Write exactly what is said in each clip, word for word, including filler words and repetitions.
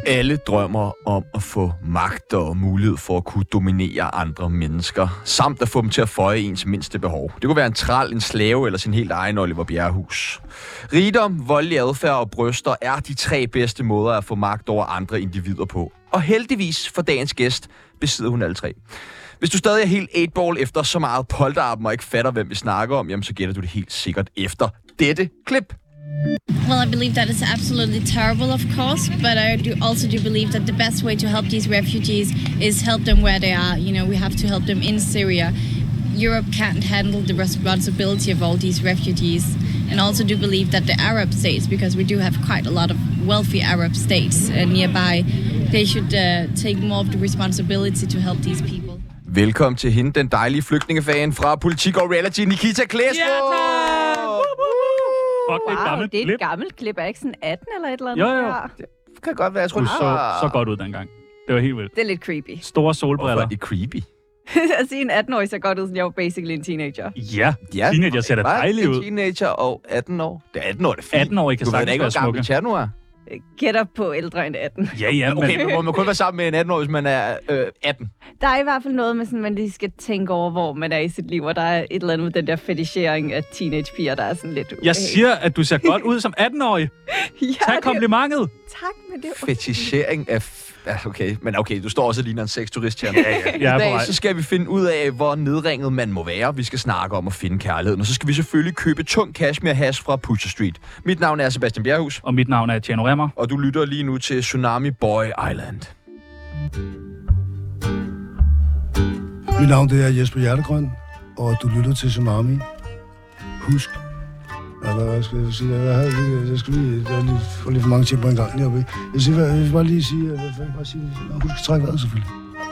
Alle drømmer om at få magt og mulighed for at kunne dominere andre mennesker, samt at få dem til at føje ens mindste behov. Det kunne være en træl, en slave eller sin helt egen Oliver Bjerrehus. Rigdom, voldelig adfærd og bryster er de tre bedste måder at få magt over andre individer på. Og heldigvis for dagens gæst besidder hun alle tre. Hvis du stadig er helt eight-ball efter så meget polterappen og ikke fatter, hvem vi snakker om, jamen så gætter du det helt sikkert efter dette klip. Well, I believe that it's absolutely terrible, of course, but I do also do believe that the best way to help these refugees is help them where they are. You know, we have to help them in Syria. Europe can't handle the responsibility of all these refugees. And also do believe that the Arab states, because we do have quite a lot of wealthy Arab states uh, nearby, they should uh, take more of the responsibility to help these people. Velkommen til hende, den dejlige flygtningefan fra Politik og Reality, Nikita Klæsbo! Fuck, det er et Wow, gammelt det er et klip. gammelt klip. Er ikke sådan atten eller et eller andet? Jo, jo. Ja. Det kan godt være, jeg tror, Du det så, var... så godt ud dengang. Det var helt vildt. Det er lidt creepy. Store Hvorfor solbriller. er det creepy? At sige en atten-årig så godt ud, som jeg var basically en teenager. Ja, Ja, teenager ser da bare dejlig en ud. teenager og atten år. Det er atten år, det er fint. atten-årige kan Du ved da sagtens ikke, være hvor gammel smukke. Tjerno er. Gætter på ældre end atten. Ja, ja, men Okay, men må man kun være sammen med en atten år, hvis man er øh, atten? Der er i hvert fald noget med, sådan, man lige skal tænke over, hvor man er i sit liv, og der er et eller andet med den der fetichering af teenagepiger, der er sådan lidt... jeg siger, at du ser godt ud som atten-årig. ja, Tag komplimentet. Det, tak, men det er Fetichering af... F- ja, okay. Men okay, du står også og ligner en sexturist, Tjerno. Ja, ja. Jeg er I på dag vej. så skal vi finde ud af, hvor nedringet man må være. Vi skal snakke om at finde kærligheden. Og så skal vi selvfølgelig købe tung cashmere hash fra Pusher Street. Mit navn er Sebastian Bjerrehus, Og mit navn er Tjerno Remmer. og du lytter lige nu til Tsunami Boy Island. Mit navn det er Jesper Hjertegrøn, og du lytter til Tsunami. Husk. Ja, hvad skal jeg sige? Jeg, havde lige, jeg skal lige, jeg lige få lidt for mange ting på en gang deroppe. Jeg, siger, jeg vil bare lige sige, hvad fanden bare sige? Husk at trække vejret selvfølgelig.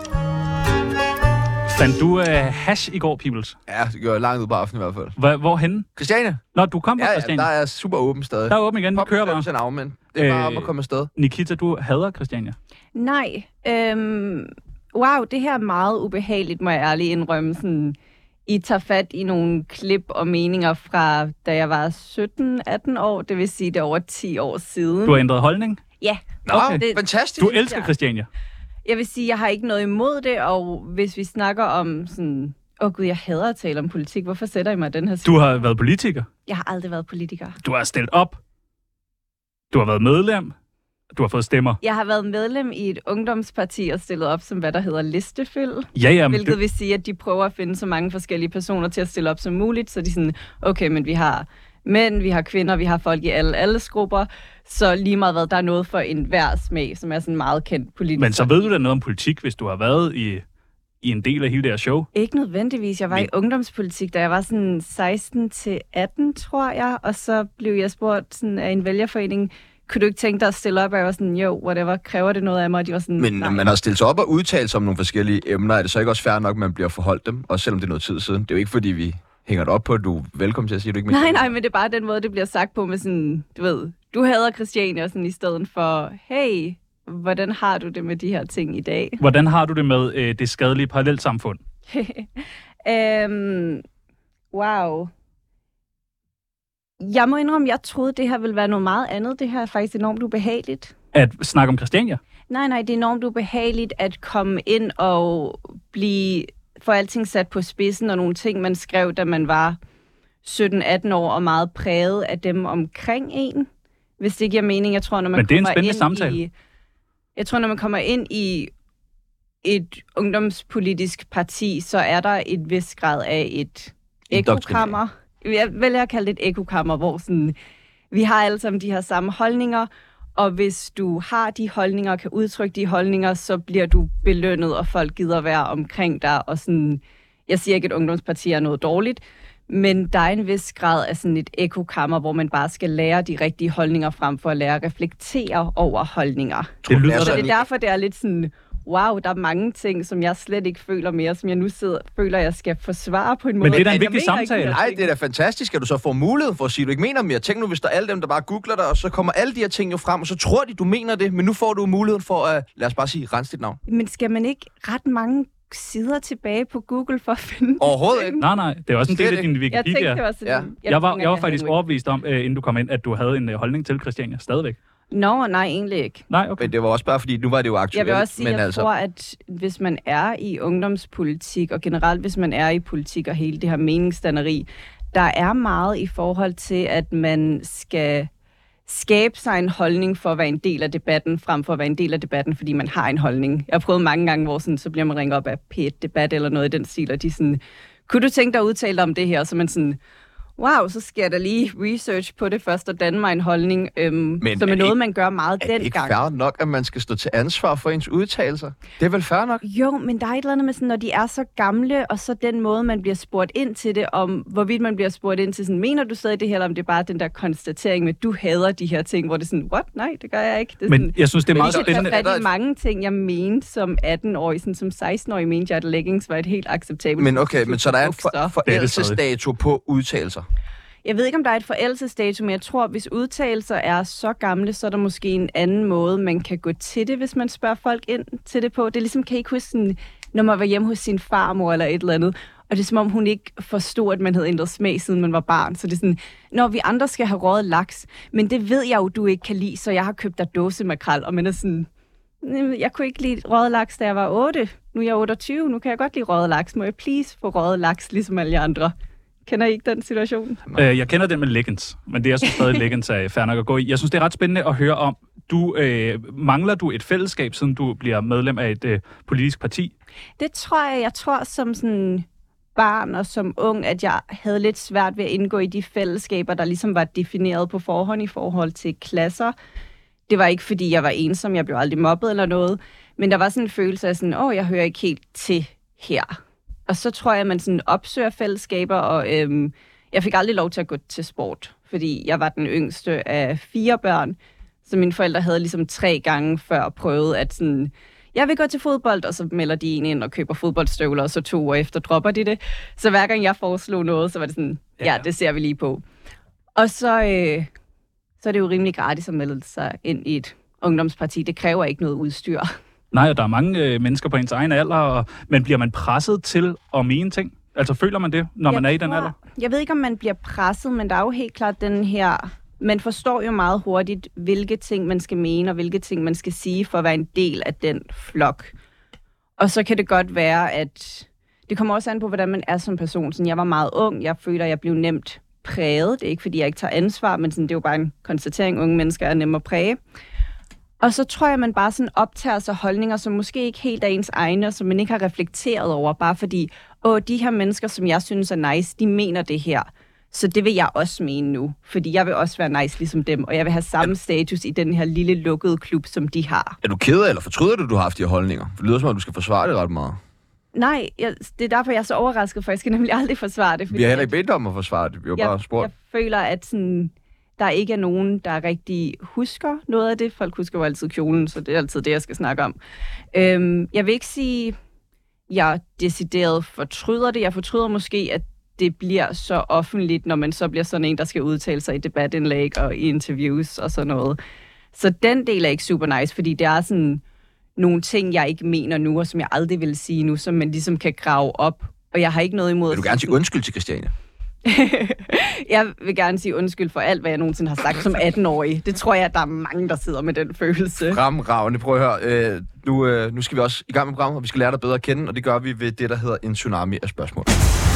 Fandt du uh, hash i går, Peoples? Ja, det gør langt ud på aftenen i hvert fald. Hvor, hvorhenne? Christiane? Nå, du kom fra Ja, ja, Christiania. der er super åben stadig. Der er åben igen. Vi kører bare. Pop af, men det er bare Øh, om at komme afsted. Nikita, du hader Christiania. Nej. Øhm, wow, det her er meget ubehageligt, må jeg ærligt indrømme. Sådan, I tager fat i nogle klip og meninger fra, da jeg var sytten atten år. Det vil sige, det er over ti år siden. Du har ændret holdning. Ja. Nå, okay. det- fantastisk. Du elsker Christiania. Jeg vil sige, jeg har ikke noget imod det, og hvis vi snakker om sådan... Åh oh gud, jeg hader at tale om politik. Hvorfor sætter I mig i den her Du situation? har været politiker. Jeg har aldrig været politiker. Du har stillet op. Du har været medlem. Du har fået stemmer. Jeg har været medlem i et ungdomsparti og stillet op som, hvad der hedder listefyld. Ja, ja, men Hvilket du, vil sige, at de prøver at finde så mange forskellige personer til at stille op som muligt. Så de er sådan, okay, men vi har mænd, vi har kvinder, vi har folk i alle aldersgrupper. Så lige meget hvad, der er noget for enhver smag, som er sådan meget kendt politisk. men så ved du da noget om politik, hvis du har været i, i en del af hele det her show. Ikke nødvendigvis. Jeg var Men- i ungdomspolitik, da jeg var sådan seksten til atten, tror jeg. Og så blev jeg spurgt sådan, af en vælgerforening, kunne du ikke tænke dig at stille op? Og jeg var sådan, jo, whatever, kræver det noget af mig? Og de var sådan, Men nej. når man har stillet sig op og udtalt sig om nogle forskellige emner, er det så ikke også fair nok, at man bliver forholdt dem? Også selvom det er noget tid siden. Det er jo ikke, fordi vi hænger det op på, at du er velkommen til at sige, at du ikke mener Nej, det. nej, men det er bare den måde, det bliver sagt på med sådan, du ved, du hader Christiania sådan i stedet for, hey, hvordan har du det med de her ting i dag? Hvordan har du det med øh, det skadelige parallelsamfund? øhm, wow. Jeg må indrømme, jeg troede, det her ville være noget meget andet. Det her er faktisk enormt ubehageligt. At snakke om Christiania? Nej, nej, det er enormt ubehageligt at komme ind og blive for alting sat på spidsen, og nogle ting, man skrev, da man var sytten atten år, og meget præget af dem omkring en. Hvis det ikke giver mening, jeg tror, når man Men det er en kommer spændende ind samtale. i... Jeg tror, når man kommer ind i et ungdomspolitisk parti, så er der et vis grad af et ekokammer. Jeg vælger at kalde det et ekokammer, hvor sådan, vi har alle sammen de her samme holdninger, og hvis du har de holdninger og kan udtrykke de holdninger, så bliver du belønnet, og folk gider være omkring dig. Og sådan, jeg siger ikke, at ungdomsparti er noget dårligt, men der er en vis grad af sådan et ekokammer, hvor man bare skal lære de rigtige holdninger frem for at lære at reflektere over holdninger. Det lyder Så da... det er derfor, det er lidt sådan, wow, der er mange ting, som jeg slet ikke føler mere, som jeg nu sidder, føler, jeg skal forsvare på en måde. det er da en Jeg vigtig mener ikke, samtale. de her Nej, ting. det er da fantastisk, at du så får mulighed for at sige, at du ikke mener mere. Tænk nu, hvis der er alle dem, der bare googler dig, og så kommer alle de her ting jo frem, og så tror de, du mener det, men nu får du muligheden for at, lad os bare sige, rense dit navn. Men skal man ikke ret mange sider tilbage på Google for at finde Overhovedet ting? ikke. Nej, nej, det er også en Det er del af det. din Jeg tænkte, Wikipedia. det var sådan... Ja. Jeg, Jeg var, tænker, jeg var havde faktisk en overbevist om, øh, inden du kom ind, at du havde en øh, holdning til Christiania stadigvæk. Nå, no, nej, egentlig ikke. Nej, okay. Men det var også bare, fordi nu var det jo aktuelt. Jeg vil også sige, men jeg altså... tror, at hvis man er i ungdomspolitik, og generelt hvis man er i politik og hele det her meningsdanneri, der er meget i forhold til, at man skal skabe sig en holdning for at være en del af debatten, frem for at være en del af debatten, fordi man har en holdning. Jeg har prøvet mange gange, hvor sådan, så bliver man ringet op af P et-debat eller noget i den stil, og de sådan, kunne du tænke dig at udtale dig om det her? Så man sådan, wow, så skal jeg da lige research på det først og danne mig en holdning, øhm, Men som er, er noget, ikke, man gør meget dengang. Er det ikke fair nok, at man skal stå til ansvar for ens udtalelser? Det er vel fair nok? Jo, men der er et eller andet med sådan, når de er så gamle, og så den måde, man bliver spurgt ind til det, om hvorvidt man bliver spurgt ind til sådan, mener du stadig det her, eller om det er bare den der konstatering med, du hader de her ting, hvor det er sådan, what? Nej, det gør jeg ikke. Det er Men sådan, jeg synes, det er meget jeg spændende. Jeg kan mange ting, jeg mente som atten-årig, sådan som seksten-årig mente jeg, at leggings var et helt acceptabelt. Men okay, men så der er en for, forældelsesdato på udtalelser. Jeg ved ikke, om der er et forældelsesdato, men jeg tror, at hvis udtalelser er så gamle, så er der måske en anden måde, man kan gå til det, hvis man spørger folk ind til det på. Det er ligesom, kan I ikke huske, sådan, når man var hjemme hos sin farmor eller et eller andet, og det er som om, hun ikke forstod, at man havde ændret smag, siden man var barn. Så det er sådan, når vi andre skal have røget laks, men det ved jeg jo, du ikke kan lide, så jeg har købt dig dåsemakrel, og man er sådan, jeg kunne ikke lide røget laks, da jeg var otte. Nu er jeg otteogtyve, nu kan jeg godt lide røget laks. Må jeg please få røget laks, ligesom alle andre? Kender I ikke den situation? Øh, jeg kender den med Legends, men det er jeg synes stadig, Legends er fair nok at gå i. Jeg synes, det er ret spændende at høre om. Du, øh, mangler du et fællesskab, siden du bliver medlem af et øh, politisk parti? Det tror jeg. Jeg tror som sådan barn og som ung, at jeg havde lidt svært ved at indgå i de fællesskaber, der ligesom var defineret på forhånd i forhold til klasser. Det var ikke, fordi jeg var ensom, jeg blev aldrig mobbet eller noget, men der var sådan en følelse af sådan, åh, jeg hører ikke helt til her. Og så tror jeg, at man sådan opsøger fællesskaber, og øhm, jeg fik aldrig lov til at gå til sport, fordi jeg var den yngste af fire børn, så mine forældre havde ligesom tre gange før prøvet, at sådan, jeg vil gå til fodbold, og så melder de en ind og køber fodboldstøvler, og så to år efter dropper de det. Så hver gang jeg foreslog noget, så var det sådan, ja, det ser vi lige på. Og så, øh, så er det jo rimelig gratis at melde sig ind i et ungdomsparti. Det kræver ikke noget udstyr. Nej, og der er mange øh, mennesker på ens egen alder, og, men bliver man presset til at mene ting? Altså føler man det, når jeg man er i tror, den alder? Jeg ved ikke, om man bliver presset, men der er jo helt klart den her... Man forstår jo meget hurtigt, hvilke ting man skal mene, og hvilke ting man skal sige, for at være en del af den flok. Og så kan det godt være, at... Det kommer også an på, hvordan man er som person. Sådan, jeg var meget ung, jeg føler, at jeg blev nemt præget. Det er ikke, fordi jeg ikke tager ansvar, men sådan, det er jo bare en konstatering, unge mennesker er nemme at præge. Og så tror jeg, at man bare sådan optager sig holdninger, som måske ikke helt er ens egne, og som man ikke har reflekteret over, bare fordi, åh, de her mennesker, som jeg synes er nice, de mener det her. Så det vil jeg også mene nu, fordi jeg vil også være nice ligesom dem, og jeg vil have samme status i den her lille lukkede klub, som de har. Er du ked af, eller fortryder du, du har haft de her holdninger? For det lyder som om, du skal forsvare det ret meget. Nej, jeg, det er derfor, jeg er så overrasket, for jeg skal nemlig aldrig forsvare det. Fordi vi har heller ikke bedt om at forsvare det, vi har jeg, bare spurgt. Jeg føler, at sådan... der ikke er nogen, der rigtig husker noget af det. Folk husker jo altid kjolen, så det er altid det, jeg skal snakke om. Øhm, jeg vil ikke sige, at jeg decideret fortryder det. Jeg fortryder måske, at det bliver så offentligt, når man så bliver sådan en, der skal udtale sig i debatindlæg og i interviews og sådan noget. Så den del er ikke super nice, fordi det er sådan nogle ting, jeg ikke mener nu, og som jeg aldrig vil sige nu, som man ligesom kan grave op. Og jeg har ikke noget imod... Vil du gerne sige undskyld til Christiane? Jeg vil gerne sige undskyld for alt, hvad jeg nogensinde har sagt som atten-årig. Det tror jeg, at der er mange, der sidder med den følelse. Fremragende. Prøv at høre. Øh, nu, øh, nu skal vi også i gang med programmet, og vi skal lære dig bedre at kende, og det gør vi ved det, der hedder en tsunami af spørgsmål.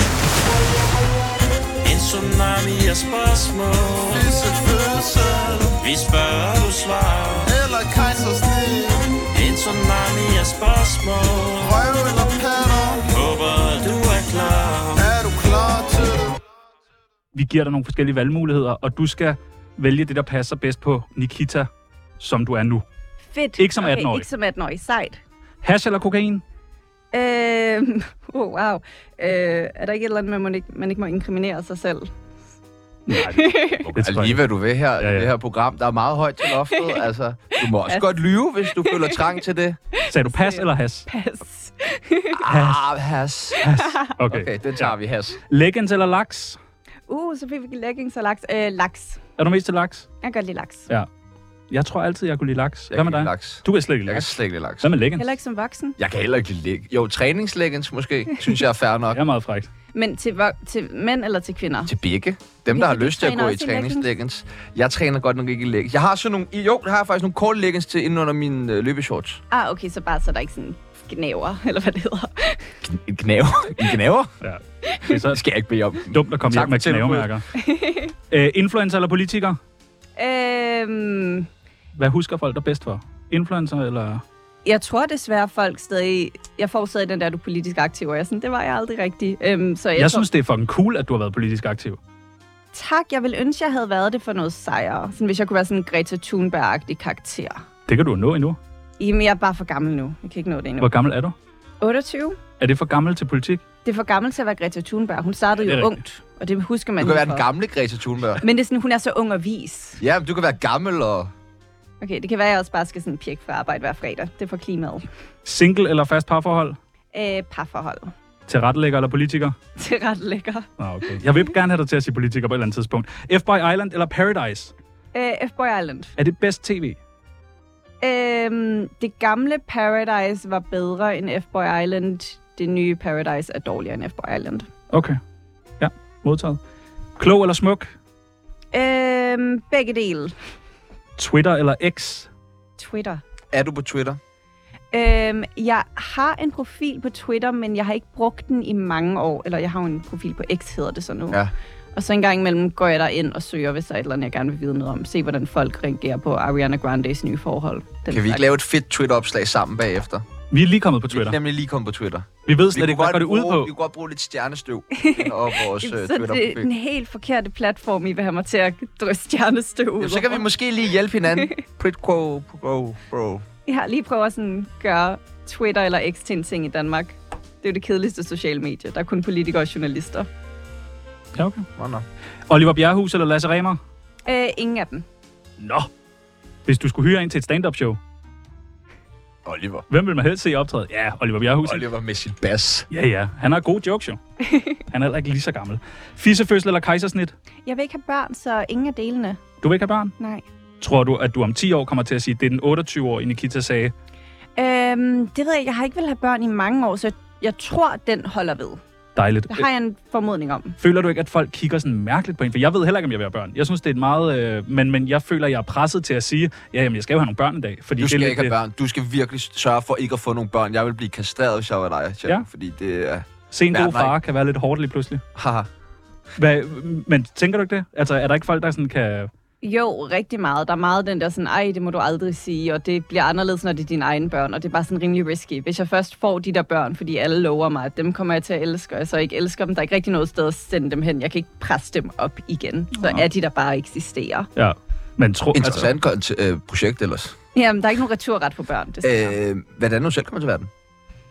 En tsunami af spørgsmål. Vi spørger, du svarer. Eller kejsersnit. En tsunami af spørgsmål. Røv eller patter. Håber, du er klar. Er du klar til det? Vi giver dig nogle forskellige valgmuligheder, og du skal vælge det, der passer bedst på Nikita, som du er nu. Fedt. Ikke som okay, atten-årig. Ikke som atten-årig. Sejt. Hash eller kokain? Øh, oh, wow. Øh, er der ikke et eller andet med, at man ikke, man ikke må inkriminere sig selv? Nej, det tror jeg lige, hvad du vil her, ja, ja. Det her program. Der er meget højt til loftet. Altså, du må også pas. Godt lyve, hvis du føler trang til det. Sagde du pas eller has? Pas. Ah, has. Has. Okay, okay det tager ja. vi, has. Leggings eller laks? Uh, så fik vi leggings og laks. Øh, laks. Er du mest til laks? Jeg kan godt lide laks. Ja. Jeg tror altid, jeg kunne lide laks. Jeg Hvad med kan dig? lide laks. Du kan slet ikke Jeg lide kan laks. slet ikke lide laks. Hvad med leggings? Heller ikke som voksen. Jeg kan heller ikke lide leg. Jo, træningsleggings måske, synes jeg er fair nok. Det er meget frækt. Men til, vo- til mænd eller til kvinder? Til begge. Dem, Okay, der har så du lyst til at træner gå i også i leggings? træningsleggings. Jeg træner godt nok ikke i leggings. Jeg har sådan nogle... Jo, der har jeg faktisk nogle korte leggings til inden under mine øh, løbeshorts. Ah, okay, så bare så der ikke sådan gnaver, eller hvad det hedder. En gnaver? En gnaver? Ja. Det er så Det skal jeg ikke bede om. dumt at komme Tak hjem med for tilbuddet. knævemærker. uh, influencer eller politiker? Øhm, Hvad husker folk der bedst for? Influencer eller... jeg tror desværre, folk stadig... Jeg får stadig den der, du er politisk aktiv, og jeg er sådan, det var jeg aldrig rigtig. Øhm, så jeg, Jeg tror, synes, det er fucking cool, at du har været politisk aktiv. tak, jeg vil ønske, jeg havde været det for noget sejr. Sådan, hvis jeg kunne være sådan en Greta Thunberg-agtig karakter. Det kan du nå endnu. Jamen, jeg er bare for gammel nu. Jeg kan ikke nå det endnu. Hvor gammel er du? otteogtyve? Er det for gammel til politik? Det er for gammel til at være Greta Thunberg. Hun startede Ja, det jo er ungt, og det husker man Du kan være hende den for. gamle Greta Thunberg. Men det er sådan, hun er så ung og vis. Ja, men du kan være gammel og... Okay, det kan være, at jeg også bare skal sådan pirke for arbejde hver fredag. Det er for klimaet. Single eller fast parforhold? Øh, parforhold. Tilrettelægger eller politiker? Det er ret lækker. Nå, okay. Jeg vil gerne have dig til at sige politiker på et eller andet tidspunkt. F-Boy Island eller Paradise? Øh, F-Boy Island. Er det bedst tv? Øhm, det gamle Paradise var bedre end F-Boy Island. Det nye Paradise er dårligere end F-Boy Island. Okay. Ja, modtaget. Klog eller smuk? Øhm, begge dele. Twitter eller X? Twitter. Er du på Twitter? Øhm, jeg har en profil på Twitter, men jeg har ikke brugt den i mange år. Eller jeg har jo en profil på X, hedder det så nu. Ja. Og så en gang imellem går jeg der ind og søger, hvis der er et eller andet, jeg gerne vil vide noget om. Se, hvordan folk reagerer på Ariana Grandes nye forhold. Den Kan vi ikke slags. lave et fedt Twitter-opslag sammen bagefter? Vi er lige kommet på Vi er Twitter. nemlig lige kommet på Twitter. Vi ved Vi slet kunne ikke, hvad godt går det ud bruge- på. Vi kunne godt bruge lidt stjernestøv ind over vores uh, Så det er Twitter-profil. den helt forkerte platform, I vil have mig til at drysse stjernestøv ud Jamen, så kan vi over. måske lige hjælpe hinanden. Prit quo, pro, bro. Jeg har lige prøvet at sådan gøre Twitter eller X til en ting i Danmark. Det er jo det kedeligste sociale medie. Der er kun politikere og journalister. Ja, okay. Nå, nå. Oliver Bjerrehus eller Lasse Remmer? Øh, ingen af dem. Nå. Hvis du skulle hyre en til et stand-up show, Oliver. hvem vil man helst se optræde? Ja, Oliver Bjerrehus. Oliver med sit bas. Ja, ja. Han har gode jokes, jo. Han er heller ikke lige så gammel. Fissefødsel eller kejsersnit? Jeg vil ikke have børn, så ingen af delene. Du vil ikke have børn? Nej. Tror du, at du om ti år kommer til at sige, at det er den otteogtyve-årige Nikita sagde? Øhm, det ved jeg. Jeg har ikke vil have børn i mange år, så jeg tror, den holder ved. Dejligt. Det har jeg en formodning om. Føler du ikke, at folk kigger sådan mærkeligt på en? For jeg ved heller ikke, om jeg vil have børn. Jeg synes, det er et meget... Øh, men, men jeg føler, at jeg er presset til at sige, ja, jamen, jeg skal jo have nogle børn en dag. Fordi Du skal det er ikke have lidt, børn. Du skal virkelig sørge for ikke at få nogle børn. Jeg vil blive kastreret, hvis jeg var dig, Tjern, Ja. fordi det er... Se en god Verden er far kan være lidt hårdt lige pludselig. Haha. Hvad, men tænker du ikke det? Altså, er der ikke folk, der sådan kan... Jo, rigtig meget. Der er meget den der sådan, ej, det må du aldrig sige, og det bliver anderledes, når det er dine egne børn, og det er bare sådan rimelig risky. Hvis jeg først får de der børn, fordi alle lover mig, at dem kommer jeg til at elske, og jeg så ikke elsker dem, der er ikke rigtig noget sted at sende dem hen. Jeg kan ikke presse dem op igen. Så Nå. er de der bare eksisterer. Ja, men tro... Interessant altså. øh, projekt ellers. Jamen, der er ikke nogen returret på børn, det skal Øh, hvordan du selv kommer til verden?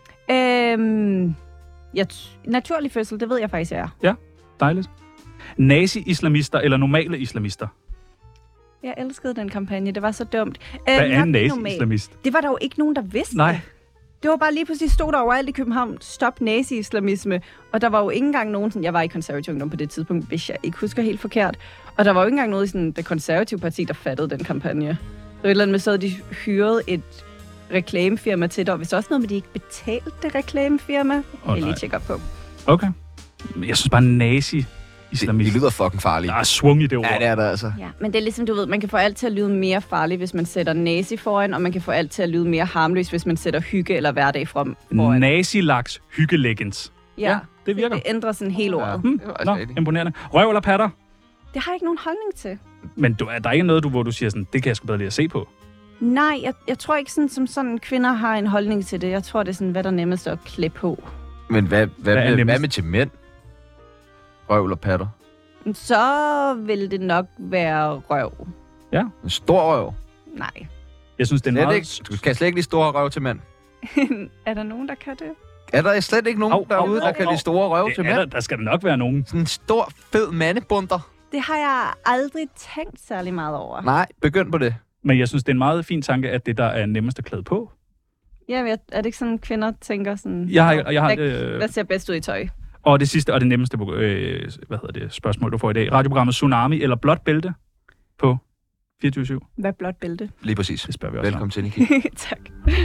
Øhm, jeg t- naturlig fødsel, det ved jeg faktisk, jeg er. Dejligt. Nazi-islamister eller normale islamister? Jeg elskede den kampagne, det var så dumt. Hvad Øh, er en nok normal. nazi-islamist? Det var der jo ikke nogen, der vidste. Nej. Det var bare lige pludselig stod der overalt i København, stop nazi-islamisme. Og der var jo ikke engang nogen, sådan, jeg var i konservativ ungdom på det tidspunkt, hvis jeg ikke husker helt forkert. Og der var jo ikke engang noget i sådan, det konservative parti, der fattede den kampagne. Det var et eller andet med, så havde de hyret et reklamefirma til det, og hvis også noget med, de ikke betalte det reklamefirma, oh, Åh, jeg lige nej. tjekker på. Okay. Jeg synes bare, nazi Det, islamist. det lyder fucking farligt. Der er svung i det ord. Ja, det er der altså. Ja, men det er ligesom, du ved, man kan få alt til at lyde mere farligt, hvis man sætter nazi foran, og man kan få alt til at lyde mere harmløs, hvis man sætter hygge eller hverdag frem foran. Nazi-laks hyggelegends. Ja, Ja, det virker. det ændrer sådan helt ordet. Ja. Hmm. Det var Nå, altså rigtigt. imponerende. Røv eller patter? Det har jeg ikke nogen holdning til. Men du, er der ikke noget, du, hvor du siger sådan, det kan jeg sgu bedre lide at se på? Nej, jeg, jeg tror ikke sådan, som sådan kvinder har en holdning til det. Jeg tror, det er sådan, hvad der er nemmest at klæde på. Men hvad, hvad, Hvad er hvad, med, nemmest? hvad med til mænd? Røv eller patter? Så vil det nok være røv. En stor røv? Nej. Jeg synes, det er Slet meget... ikke, du kan slet ikke lide store røv til mænd. Er der nogen, der kan det? Er der slet ikke nogen Au, derude, au, der au, kan au. lide store røv Det til er mænd? der, der skal nok være nogen. Sådan en stor, fed mandebunder. Det har jeg aldrig tænkt særlig meget over. Nej, begynd på det. Men jeg synes, det er en meget fin tanke, at det der er nemmest at klæde på. Ja, men er det ikke sådan, kvinder tænker sådan... Jeg har, jeg har, hvad, øh, hvad ser bedst ud i tøj? og det sidste og det nemmeste øh, hvad hedder det, spørgsmål, du får i dag. Radioprogrammet Tsunami eller Blåt Bælte på fireogtyve syv. Hvad blot bælte? Lige præcis. Det spørger vi også Velkommen til, Nikki. Tak.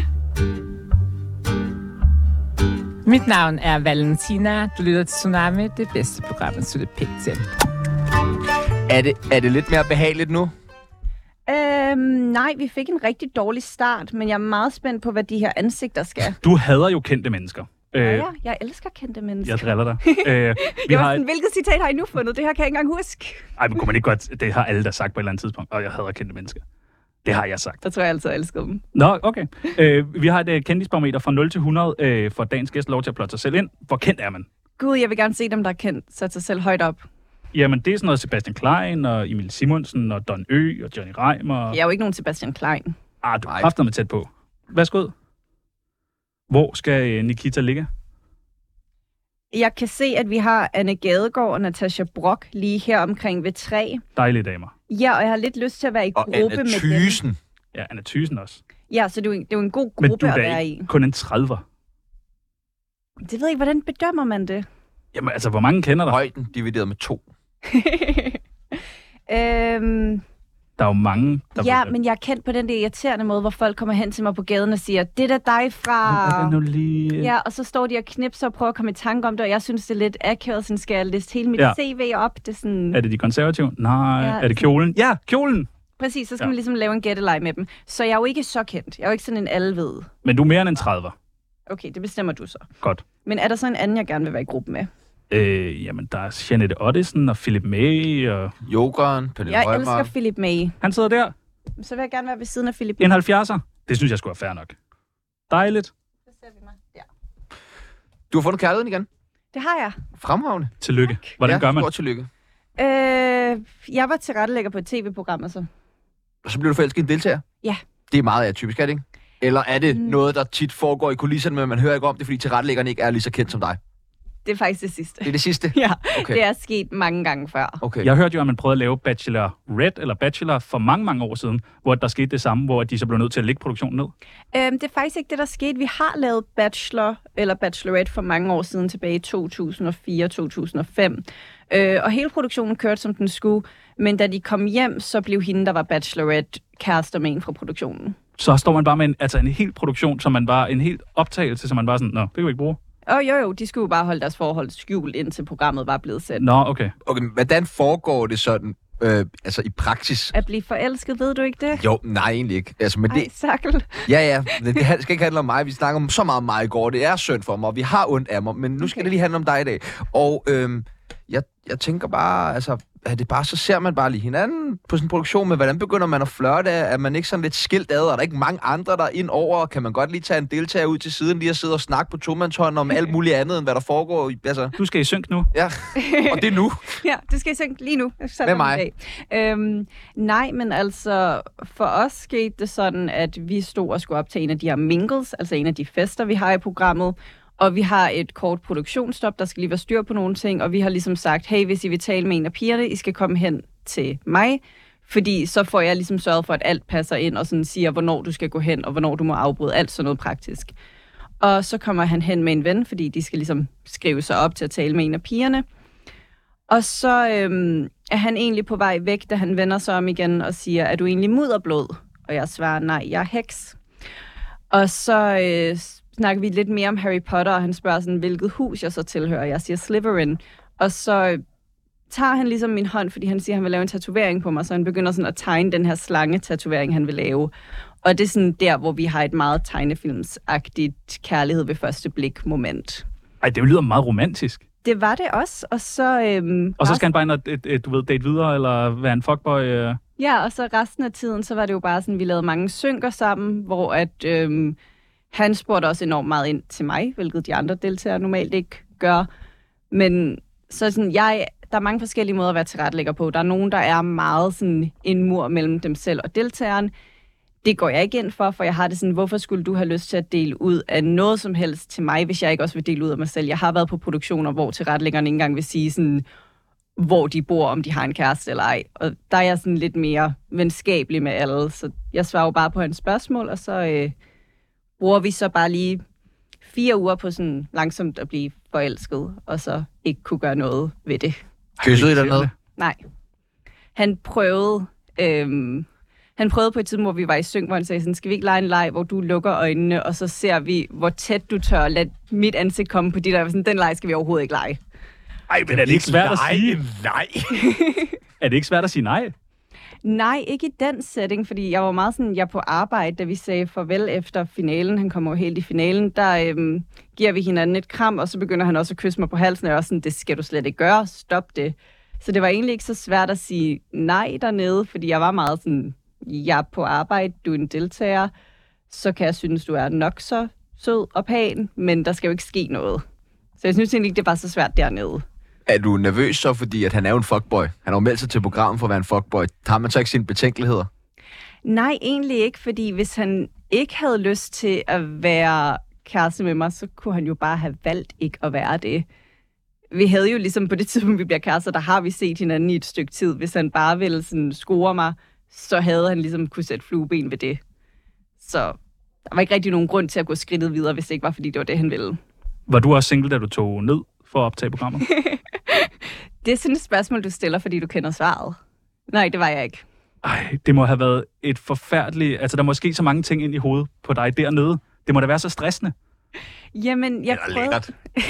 Mit navn er Valentina. Du lytter til Tsunami, det bedste program, at slutte pænt til. Er det, er det lidt mere behageligt nu? Øhm, nej, vi fik en rigtig dårlig start, men jeg er meget spændt på, hvad de her ansigter skal. Du hader jo kendte mennesker. Øh, ja, jeg elsker kendte mennesker. Jeg driller dig. øh, vi jeg var har sådan, hvilket citat har I nu fundet? Det her kan jeg ikke engang huske. Ej, men kunne man ikke godt... Det har alle, der sagt på et eller andet tidspunkt. Og jeg hader kendte mennesker. Det har jeg sagt. Der tror jeg altid, jeg elsker dem. Nå, okay. Øh, vi har et uh, kendisbarometer fra nul til hundrede øh, for dagens gæst lov til at plotte sig selv ind. Hvor kendt er man? Gud, jeg vil gerne se dem, der er kendt. Sat sig selv højt op. Jamen, det er sådan noget Sebastian Klein og Emil Simonsen og Don Ø og Johnny Reimer. Jeg er jo ikke nogen Sebastian Klein. Ah, du har haft med tæt på. Værsgo. Hvor skal uh, Nikita ligge? Jeg kan se, at vi har Anne Gadegaard og Natasha Brock lige her omkring ved tre. Dejlige damer. Ja, og jeg har lidt lyst til at være i og gruppe Anna med Thysen. dem. Ja, Anna Thysen også. Ja, så det er jo en, det er jo en god Men gruppe du at er være i. kun en trediver. Det ved jeg ikke, hvordan bedømmer man det? Jamen, altså, hvor mange kender der? Højden divideret med to. øhm, Der er jo mange, der ja, ved, men jeg er kendt på den der irriterende måde, hvor folk kommer hen til mig på gaden og siger, det er da dig fra... Hvor er det nu lige... Ja, og så står de og knipser og prøver at komme i tanke om det, og jeg synes, det er lidt akavet, sådan skal jeg liste hele mit Ja. C V op. Det er sådan... Er det de konservative? Nej. Ja, er det kjolen? Ja, kjolen! Præcis, så skal Ja. man ligesom lave en gætteleg med dem. Så jeg er jo ikke så kendt. Jeg er jo ikke sådan en alle ved. Men du er mere end en trediver. Okay, det bestemmer du så. Godt. Men er der så en anden, jeg gerne vil være i gruppe med? Øh, jamen, der er Jeanette Ottesen og Philip May og... Yogeren, Pernille Jeg Højmark. elsker Philip May. Han sidder der. Så vil jeg gerne være ved siden af Philip May. En halvfjerdser. Det synes jeg skulle være fair nok. Dejligt. Så ser vi mig. Ja. Du har fundet kærligheden igen. Det har jeg. Fremragende. Tillykke. Hvordan ja, gør man? Stort tillykke. Øh, jeg var tilrettelægger på et tv-program, altså. Og så bliver du forelsket i en deltager? Ja. Det er meget atypisk, er det ikke? Eller er det Mm. noget, der tit foregår i kulisserne, men man hører ikke om det, fordi tilrettelæggerne ikke er lige så kendt som dig? Det er faktisk det sidste. Det er det sidste? Ja, Okay. det er sket mange gange før. Okay. Jeg hørte jo, at man prøvede at lave Bachelor Red eller Bachelor for mange, mange år siden, hvor der skete det samme, hvor de så blev nødt til at lægge produktionen ned. Øhm, det er faktisk ikke det, der skete. Vi har lavet Bachelor eller Bachelorette for mange år siden, tilbage i to tusind og fire til to tusind og fem. Øh, og hele produktionen kørte, som den skulle. Men da de kom hjem, så blev hende, der var Bachelorette, kærester med en fra produktionen. Så står man bare med en, altså en hel produktion, som man bare, en helt optagelse, som man bare sådan, nå, det kan vi ikke bruge. Og jo jo, de skulle jo bare holde deres forhold skjult, indtil programmet var blevet sendt. Nå, okay. Okay, hvordan foregår det sådan, øh, altså i praksis? At blive forelsket, ved du ikke det? Jo, nej, egentlig ikke. Altså, men Ej, det, Sakkel. ja, ja, det, det skal ikke handle om mig. Vi snakker om så meget om mig i går. Det er synd for mig, og vi har ondt af mig, men nu skal Okay. det lige handle om dig i dag. Og øhm, jeg, jeg tænker bare, altså, er det bare, så ser man bare lige hinanden på sådan en produktion, men hvordan begynder man at flirte? Er man ikke sådan lidt skilt ad? Er der ikke mange andre, der er ind over? Kan man godt lige tage en deltager ud til siden, lige at sidde og snakke på tomandshånd om alt muligt andet, end hvad der foregår? i- Altså, Du skal i synk nu. ja, og det er nu. Ja, det skal I synge lige nu. Med mig. Øhm, nej, men altså, for os skete det sådan, at vi stod og skulle op til en af de her mingles, altså en af de fester, vi har i programmet. Og vi har et kort produktionsstop, der skal lige være styr på nogle ting, og vi har ligesom sagt, hey, hvis I vil tale med en af pigerne, I skal komme hen til mig, fordi så får jeg ligesom sørget for, at alt passer ind, og sådan siger, hvornår du skal gå hen, og hvornår du må afbryde, alt sådan noget praktisk. Og så kommer han hen med en ven, fordi de skal ligesom skrive sig op til at tale med en af pigerne. Og så øhm, er han egentlig på vej væk, da han vender sig om igen og siger, er du egentlig mudderblod? Og jeg svarer, nej, jeg er heks. Og så øh, snakker vi lidt mere om Harry Potter, og han spørger sådan, hvilket hus jeg så tilhører. Jeg siger Slytherin. Og så øh, tager han ligesom min hånd, fordi han siger, han vil lave en tatovering på mig, så han begynder sådan at tegne den her slange-tatovering, han vil lave. Og det er sådan der, hvor vi har et meget tegnefilmsagtigt kærlighed ved første blik moment. Ej, det lyder meget romantisk. Det var det også, og så... Øhm, Og så resten- skal han bare ind og, et, et, du ved, date videre, eller være en fuckboy. Øh. Ja, og så resten af tiden, så var det jo bare sådan, vi lavede mange synker sammen, hvor at øhm, han spurgte også enormt meget ind til mig, hvilket de andre deltagere normalt ikke gør. Men så sådan, jeg, der er mange forskellige måder at være tilrettelægger på. Der er nogen, der er meget sådan en mur mellem dem selv og deltageren. Det går jeg ikke ind for, for jeg har det sådan, hvorfor skulle du have lyst til at dele ud af noget som helst til mig, hvis jeg ikke også vil dele ud af mig selv? Jeg har været på produktioner, hvor tilrettelæggerne ikke engang vil sige sådan, hvor de bor, om de har en kæreste eller ej. Og der er jeg sådan lidt mere venskabelig med alle, så jeg svarer jo bare på hans spørgsmål, og så øh, bruger vi så bare lige fire uger på sådan langsomt at blive forelsket, og så ikke kunne gøre noget ved det. Kyssede I dernede? Nej. Han prøvede, øhm, Han prøvede på et tidspunkt, hvor vi var i synk, hvor han sagde sådan, skal vi ikke lege en leg, hvor du lukker øjnene, og så ser vi, hvor tæt du tør lade mit ansigt komme på de der. Sådan, den leg skal vi overhovedet ikke lege. Ej, men er det ikke svært at sige? Nej. Er det ikke svært at sige nej? Nej, ikke i den setting, fordi jeg var meget sådan, jeg er på arbejde, da vi sagde farvel efter finalen. Han kommer jo helt i finalen. Der øhm, giver vi hinanden et kram, og så begynder han også at kysse mig på halsen, og jeg er også sådan, det skal du slet ikke gøre, stop det. Så det var egentlig ikke så svært at sige nej dernede, fordi jeg var meget sådan, jeg er på arbejde, du er en deltager, så kan jeg synes, du er nok så sød og pæn, men der skal jo ikke ske noget. Så jeg synes egentlig ikke, det var så svært dernede. Er du nervøs så, fordi at han er jo en fuckboy? Han har jo meldt sig til programmet for at være en fuckboy. Har man så ikke sine betænkeligheder? Nej, egentlig ikke, fordi hvis han ikke havde lyst til at være kæreste med mig, så kunne han jo bare have valgt ikke at være det. Vi havde jo ligesom på det tidspunkt, vi bliver kærester, der har vi set hinanden i et stykke tid. Hvis han bare ville sådan score mig, så havde han ligesom kunne sætte flueben ved det. Så der var ikke rigtig nogen grund til at gå skridtet videre, hvis det ikke var, fordi det var det, han ville. Var du også single, da du tog ned for at optage programmet? Det er sådan et spørgsmål, du stiller, fordi du kender svaret. Nej, det var jeg ikke. Ej, det må have været et forfærdeligt... Altså, der må ske så mange ting ind i hovedet på dig dernede. Det må da være så stressende. Jamen, jeg det er lækkert.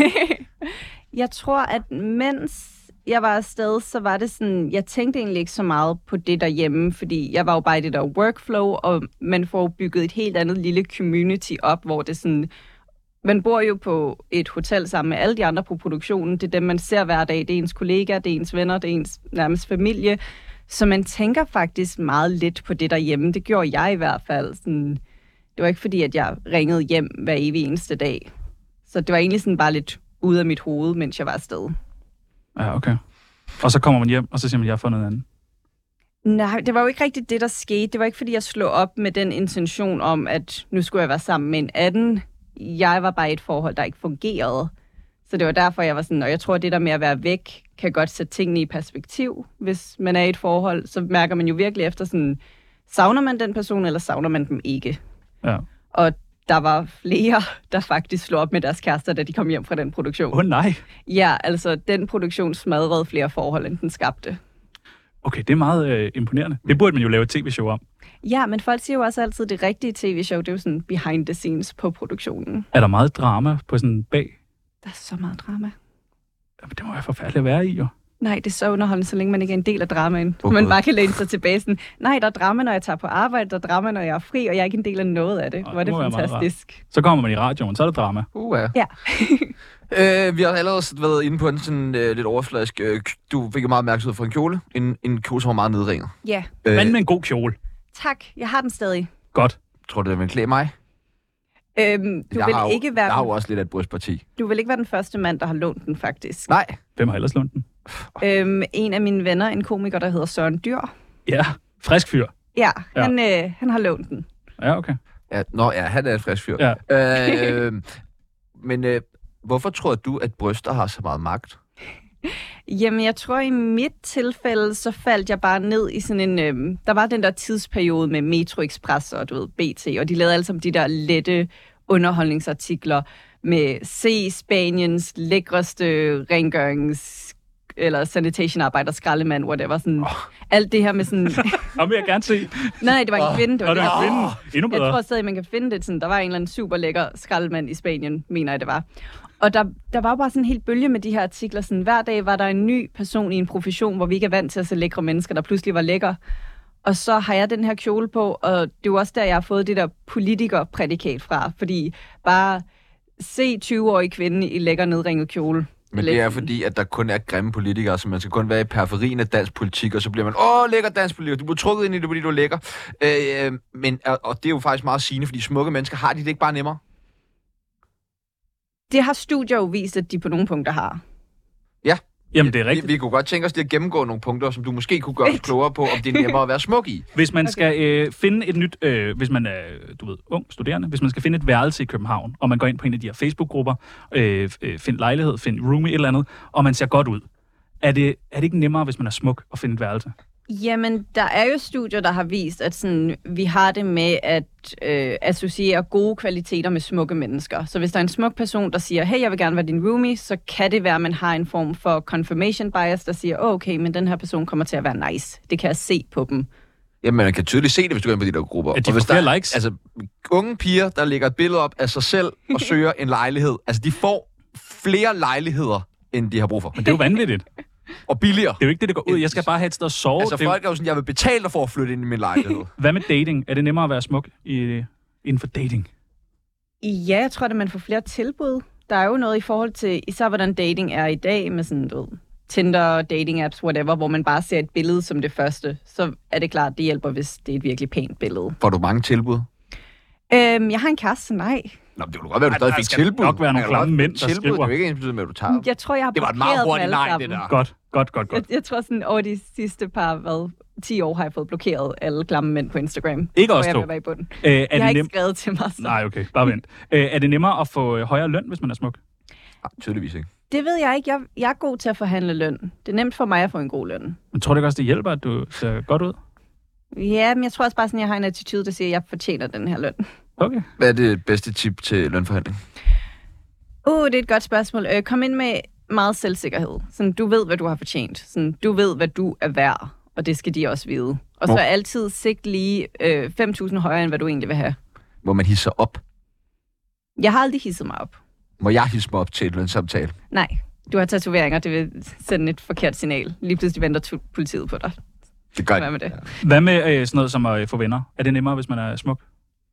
Jeg tror, at mens jeg var afsted, så var det sådan... Jeg tænkte egentlig ikke så meget på det derhjemme, fordi jeg var jo bare i det der workflow, og man får bygget et helt andet lille community op, hvor det sådan... Man bor jo på et hotel sammen med alle de andre på produktionen. Det er dem, man ser hver dag. Det er ens kollegaer, det er ens venner, det er ens nærmest familie. Så man tænker faktisk meget lidt på det derhjemme. Det gjorde jeg i hvert fald. Sådan, det var ikke fordi, at jeg ringede hjem hver evig eneste dag. Så det var egentlig sådan bare lidt ude af mit hoved, mens jeg var afsted. Ja, okay. Og så kommer man hjem, og så siger man, at jeg har fundet en anden. Nej, det var jo ikke rigtigt det, der skete. Det var ikke fordi, jeg slog op med den intention om, at nu skulle jeg være sammen med en anden. Jeg var bare i et forhold, der ikke fungerede. Så det var derfor, jeg var sådan, og jeg tror, at det der med at være væk, kan godt sætte tingene i perspektiv. Hvis man er i et forhold, så mærker man jo virkelig efter sådan, savner man den person, eller savner man dem ikke? Ja. Og der var flere, der faktisk slog op med deres kærester, da de kom hjem fra den produktion. Åh oh, nej. Ja, altså den produktion smadrede flere forhold, end den skabte. Okay, det er meget øh, imponerende. Det burde man jo lave et tv-show om. Ja, men folk siger jo også altid, det rigtige tv-show, det er jo sådan behind the scenes på produktionen. Er der meget drama på sådan bag? Der er så meget drama. Jamen, det må være forfærdeligt at være i, jo. Nej, det er så underholdende, så længe man ikke er en del af dramaen. Okay. Man bare kan læne sig tilbage sådan, nej, der er drama, når jeg tager på arbejde, der er drama, når jeg er fri, og jeg er ikke en del af noget af det. Nå, Hvor er det det fantastisk. Så kommer man i radioen, så er det drama. Uh, ja. Ja. øh, vi har allerede været inde på en sådan øh, lidt overfladisk... Øh, du fik jo meget opmærksomhed for en kjole. En, en kjole, som var meget nedringet. Ja, Øh, Men med en god kjole. tak. Jeg har den stadig. Godt. tror du, det vil klæde mig? Øhm, du, jeg vil har jo, ikke være jeg har jo den, også lidt af et brystparti. du vil ikke være den første mand, der har lånt den, faktisk. Nej. Hvem har ellers lånt den? Øhm, en af mine venner, en komiker, der hedder Søren Dyr. Ja, frisk fyr. Ja, Ja. han, øh, han har lånt den. Ja, okay. Ja, nå, ja, han er et frisk fyr. Ja. Øh, men øh, hvorfor tror du, at bryster har så meget magt? Jamen, jeg tror i mit tilfælde, så faldt jeg bare ned i sådan en... Øhm, der var den der tidsperiode med Metro Express og du ved, B T, og de lavede alle sammen de der lette underholdningsartikler med se Spaniens lækreste rengørings eller sanitation-arbejder, skraldemand, whatever. Sådan, oh. Alt det her med sådan... Ham vil jeg gerne se. Nej, det var en Åh, kvinde. Det var Nå, det det, var der- kvinden. Endnu Jeg bedre. tror stadig, man kan finde det. Sådan, der var en eller anden super lækker skraldemand i Spanien, mener jeg, det var. Og der, der var jo bare sådan en helt bølge med de her artikler. Sådan, hver dag var der en ny person i en profession, hvor vi ikke er vant til at se lækre mennesker, der pludselig var lækker. Og så har jeg den her kjole på, og det er jo også der, jeg har fået det der politikerprædikat fra. Fordi bare se tyve-årige kvinde i lækker nedringet kjole. Men det er fordi, at der kun er grimme politikere, så man skal kun være i periferien af dansk politik, og så bliver man, åh, lækker dansk politiker, du bliver trukket ind i det, fordi du er lækker. Øh, men, og det er jo faktisk meget sigende, fordi smukke mennesker, har de det ikke bare nemmere? Det har studier jo vist, at de på nogle punkter har. Jamen, det er Vi, rigtigt. vi kunne godt tænke os lige at gennemgå nogle punkter, som du måske kunne gøre os klogere på, om det er nemmere at være smuk i. Hvis man Okay. skal øh, finde et nyt, øh, hvis man er, du ved, ung studerende, hvis man skal finde et værelse i København, og man går ind på en af de her Facebook-grupper, øh, øh, find lejlighed, find roomie, et eller andet, og man ser godt ud, er det, er det ikke nemmere, hvis man er smuk, at finde et værelse? Jamen, der er jo studier, der har vist, at sådan, vi har det med at øh, associere gode kvaliteter med smukke mennesker. Så hvis der er en smuk person, der siger, hey, jeg vil gerne være din roomie, så kan det være, at man har en form for confirmation bias, der siger, oh, okay, men den her person kommer til at være nice. Det kan jeg se på dem. Jamen, man kan tydeligt se det, hvis du går ind på de der grupper. At de og hvis får flere der, likes. Altså, unge piger, der lægger et billede op af sig selv og søger en lejlighed. Altså, de får flere lejligheder, end de har brug for. Men det er jo vanvittigt. Og billigere. Det er jo ikke det, der går ud. Jeg skal bare have et sted at sove. Altså, Det er jo- folk er jo sådan, jeg vil betale dig for at flytte ind i min lejlighed. Hvad med dating? Er det nemmere at være smuk i, inden for dating? Ja, jeg tror, at man får flere tilbud. Der er jo noget i forhold til, især hvordan dating er i dag, med sådan, du ved, Tinder, dating apps, whatever, hvor man bare ser et billede som det første. Så er det klart, det hjælper, hvis det er et virkelig pænt billede. Får du mange tilbud? Øhm, jeg har en kæreste, så nej. Nå, det kunne godt være, at du stadig der fik skal tilbud. nok være nogle Man kan klamme godt mænd, få der tilbud. skriver. Det er jo ikke ens betydning med, at du tager. Jeg tror, jeg har Det var et meget blokeret dem hurtigt alle nej, sammen. det der. Godt, godt, godt, godt. Jeg, jeg tror sådan, over de sidste par, hvad, ti år har jeg fået blokeret alle klamme mænd på Instagram. Ikke Hvor os jeg to. vil være i bunden. Øh, er Jeg har det ikke nem... skrevet til mig. Så. Nej, okay. Bare vent. Øh, er det nemmere at få øh, højere løn, hvis man er smuk? Nej, tydeligvis ikke. Det ved jeg ikke. Jeg, jeg er god til at forhandle løn. Det er nemt for mig at få en god løn. Men tror du ikke også, det hjælper, at du ser godt ud? Ja, men jeg tror også bare sådan, jeg har en attitude, der siger, at jeg fortjener den her løn. Okay. Hvad er det bedste tip til lønforhandling? Uh, det er et godt spørgsmål. Øh, kom ind med meget selvsikkerhed. Sådan, du ved, hvad du har fortjent. Sådan, du ved, hvad du er værd, og det skal de også vide. Og så Hvor- altid sigt lige øh, fem tusind højere, end hvad du egentlig vil have. Hvor man hisser op. Jeg har aldrig hisset mig op. Må jeg hisse mig op til et lønsamtale? Nej, du har tatoveringer, det vil sende et forkert signal. Lige pludselig venter tu- politiet på dig. Det gør Hvad med det? Ja. Hvad med øh, sådan noget som at øh, få venner? Er det nemmere, hvis man er smuk?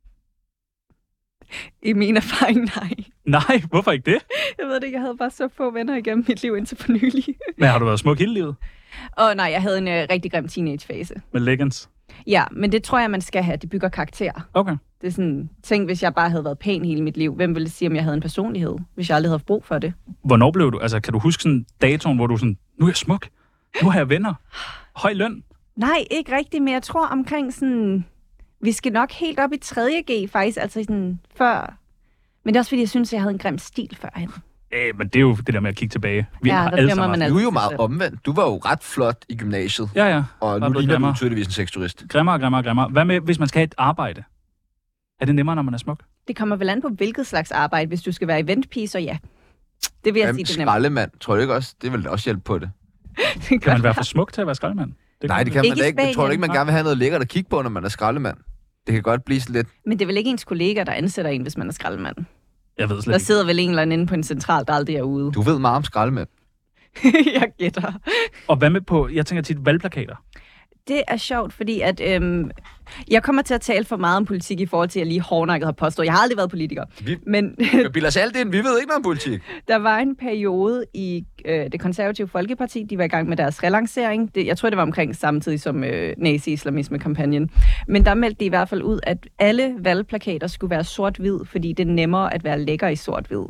I min erfaring, nej. Nej, hvorfor ikke det? Jeg ved det ikke, jeg havde bare så få venner igennem mit liv indtil for nylig. Men har du været smuk hele livet? Og nej, jeg havde en øh, rigtig grim teenagefase. Med leggings? Ja, men det tror jeg, man skal have. Det bygger karakter. Okay. Det er sådan, tænk, hvis jeg bare havde været pæn hele mit liv. Hvem ville sige, om jeg havde en personlighed, hvis jeg aldrig havde haft brug for det? Hvornår blev du? Altså, kan du huske sådan datoen, hvor du sådan, nu er jeg smuk, nu har jeg venner, høj løn? Nej, ikke rigtigt, men jeg tror omkring sådan... Vi skal nok helt op i tredje G faktisk, altså sådan før... Men det er også fordi, jeg synes, jeg havde en grim stil førhen. Øh, men det er jo det der med at kigge tilbage. Vi Ja, har der alle glemmer sammen man haft- Du er jo altid meget sig selv. omvendt. Du var jo ret flot i gymnasiet. Ja, ja. Og Bare nu blevet ligner grimmere. du tydeligvis en sexturist. Grimmere, grimmere, grimmere. Hvad med, hvis man skal have et arbejde? Er det nemmere, når man er smuk? Det kommer vel an på, hvilket slags arbejde. Hvis du skal være eventpige, så ja. Det vil jeg Jamen, sige, det er nemt. skraldemand, tror du ikke også? Det vil da også hjælpe på det. Kan man være for smuk til at være skraldemand? Nej, det kan Ikke man i da ikke. Jeg tror Spanien. ikke, man gerne vil have noget lækkert at kigge på, når man er skraldemand. Det kan godt blive sådan lidt... Men det er vel ikke ens kolleger, der ansætter en, hvis man er skraldemand. Jeg ved slet Der ikke. sidder vel en eller anden inde på en central, der aldrig er ude. Du ved meget om skraldemand. Jeg gætter. Og hvad med på, jeg tænker tit valgplakater. Det er sjovt, fordi at, øhm, jeg kommer til at tale for meget om politik i forhold til, at jeg lige hårdnakket har påstået. Jeg har aldrig været politiker. Vi- Men Vi bilder os alt ind. Vi ved ikke noget om politik. der var en periode i øh, det konservative Folkeparti, de var i gang med deres relancering. Det, jeg tror, det var omkring samtidig som øh, nazi-islamisme-kampagnen. Men der meldte de i hvert fald ud, at alle valgplakater skulle være sort-hvid, fordi det er nemmere at være lækker i sort-hvid.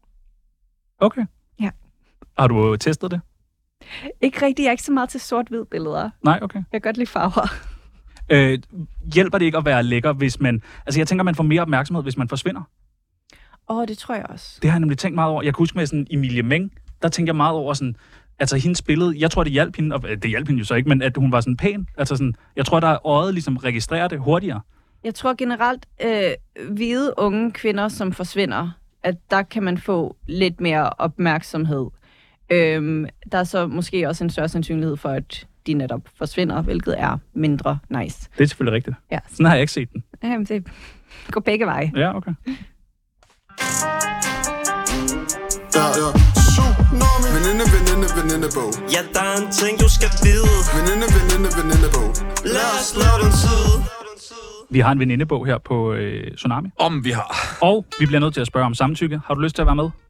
Okay. Ja. Har du testet det? Ikke rigtigt, jeg er ikke så meget til sort-hvid billeder. Nej, okay. Jeg kan godt lide farver. Øh, hjælper det ikke at være lækker, hvis man... Altså, jeg tænker, man får mere opmærksomhed, hvis man forsvinder. Åh, oh, det tror jeg også. Det har jeg nemlig tænkt meget over. Jeg kan huske med sådan Emilie Meng, der tænker jeg meget over sådan... Altså, hendes billede... Jeg tror, det hjalp hende... Og, det hjalp hende jo så ikke, men at hun var sådan pæn. Altså sådan... Jeg tror, der er øjet ligesom registrerer det hurtigere. Jeg tror generelt, øh, hvide unge kvinder, som forsvinder, at der kan man få lidt mere opmærksomhed. Øhm, der er så måske også en større sandsynlighed for, at de netop forsvinder, hvilket er mindre nice. Det er selvfølgelig rigtigt. Ja. Sådan har jeg ikke set den. Jamen, det går begge veje. Ja, okay. Ja, ja. Tsunami. Veninde, veninde, venindebog. Ja, der er en ting, du skal vide. Veninde, veninde, venindebog. Lad os slå den tid. Vi har en venindebog her på øh, Tsunami. Om vi har. Og vi bliver nødt til at spørge om samtykke. Har du lyst til at være med?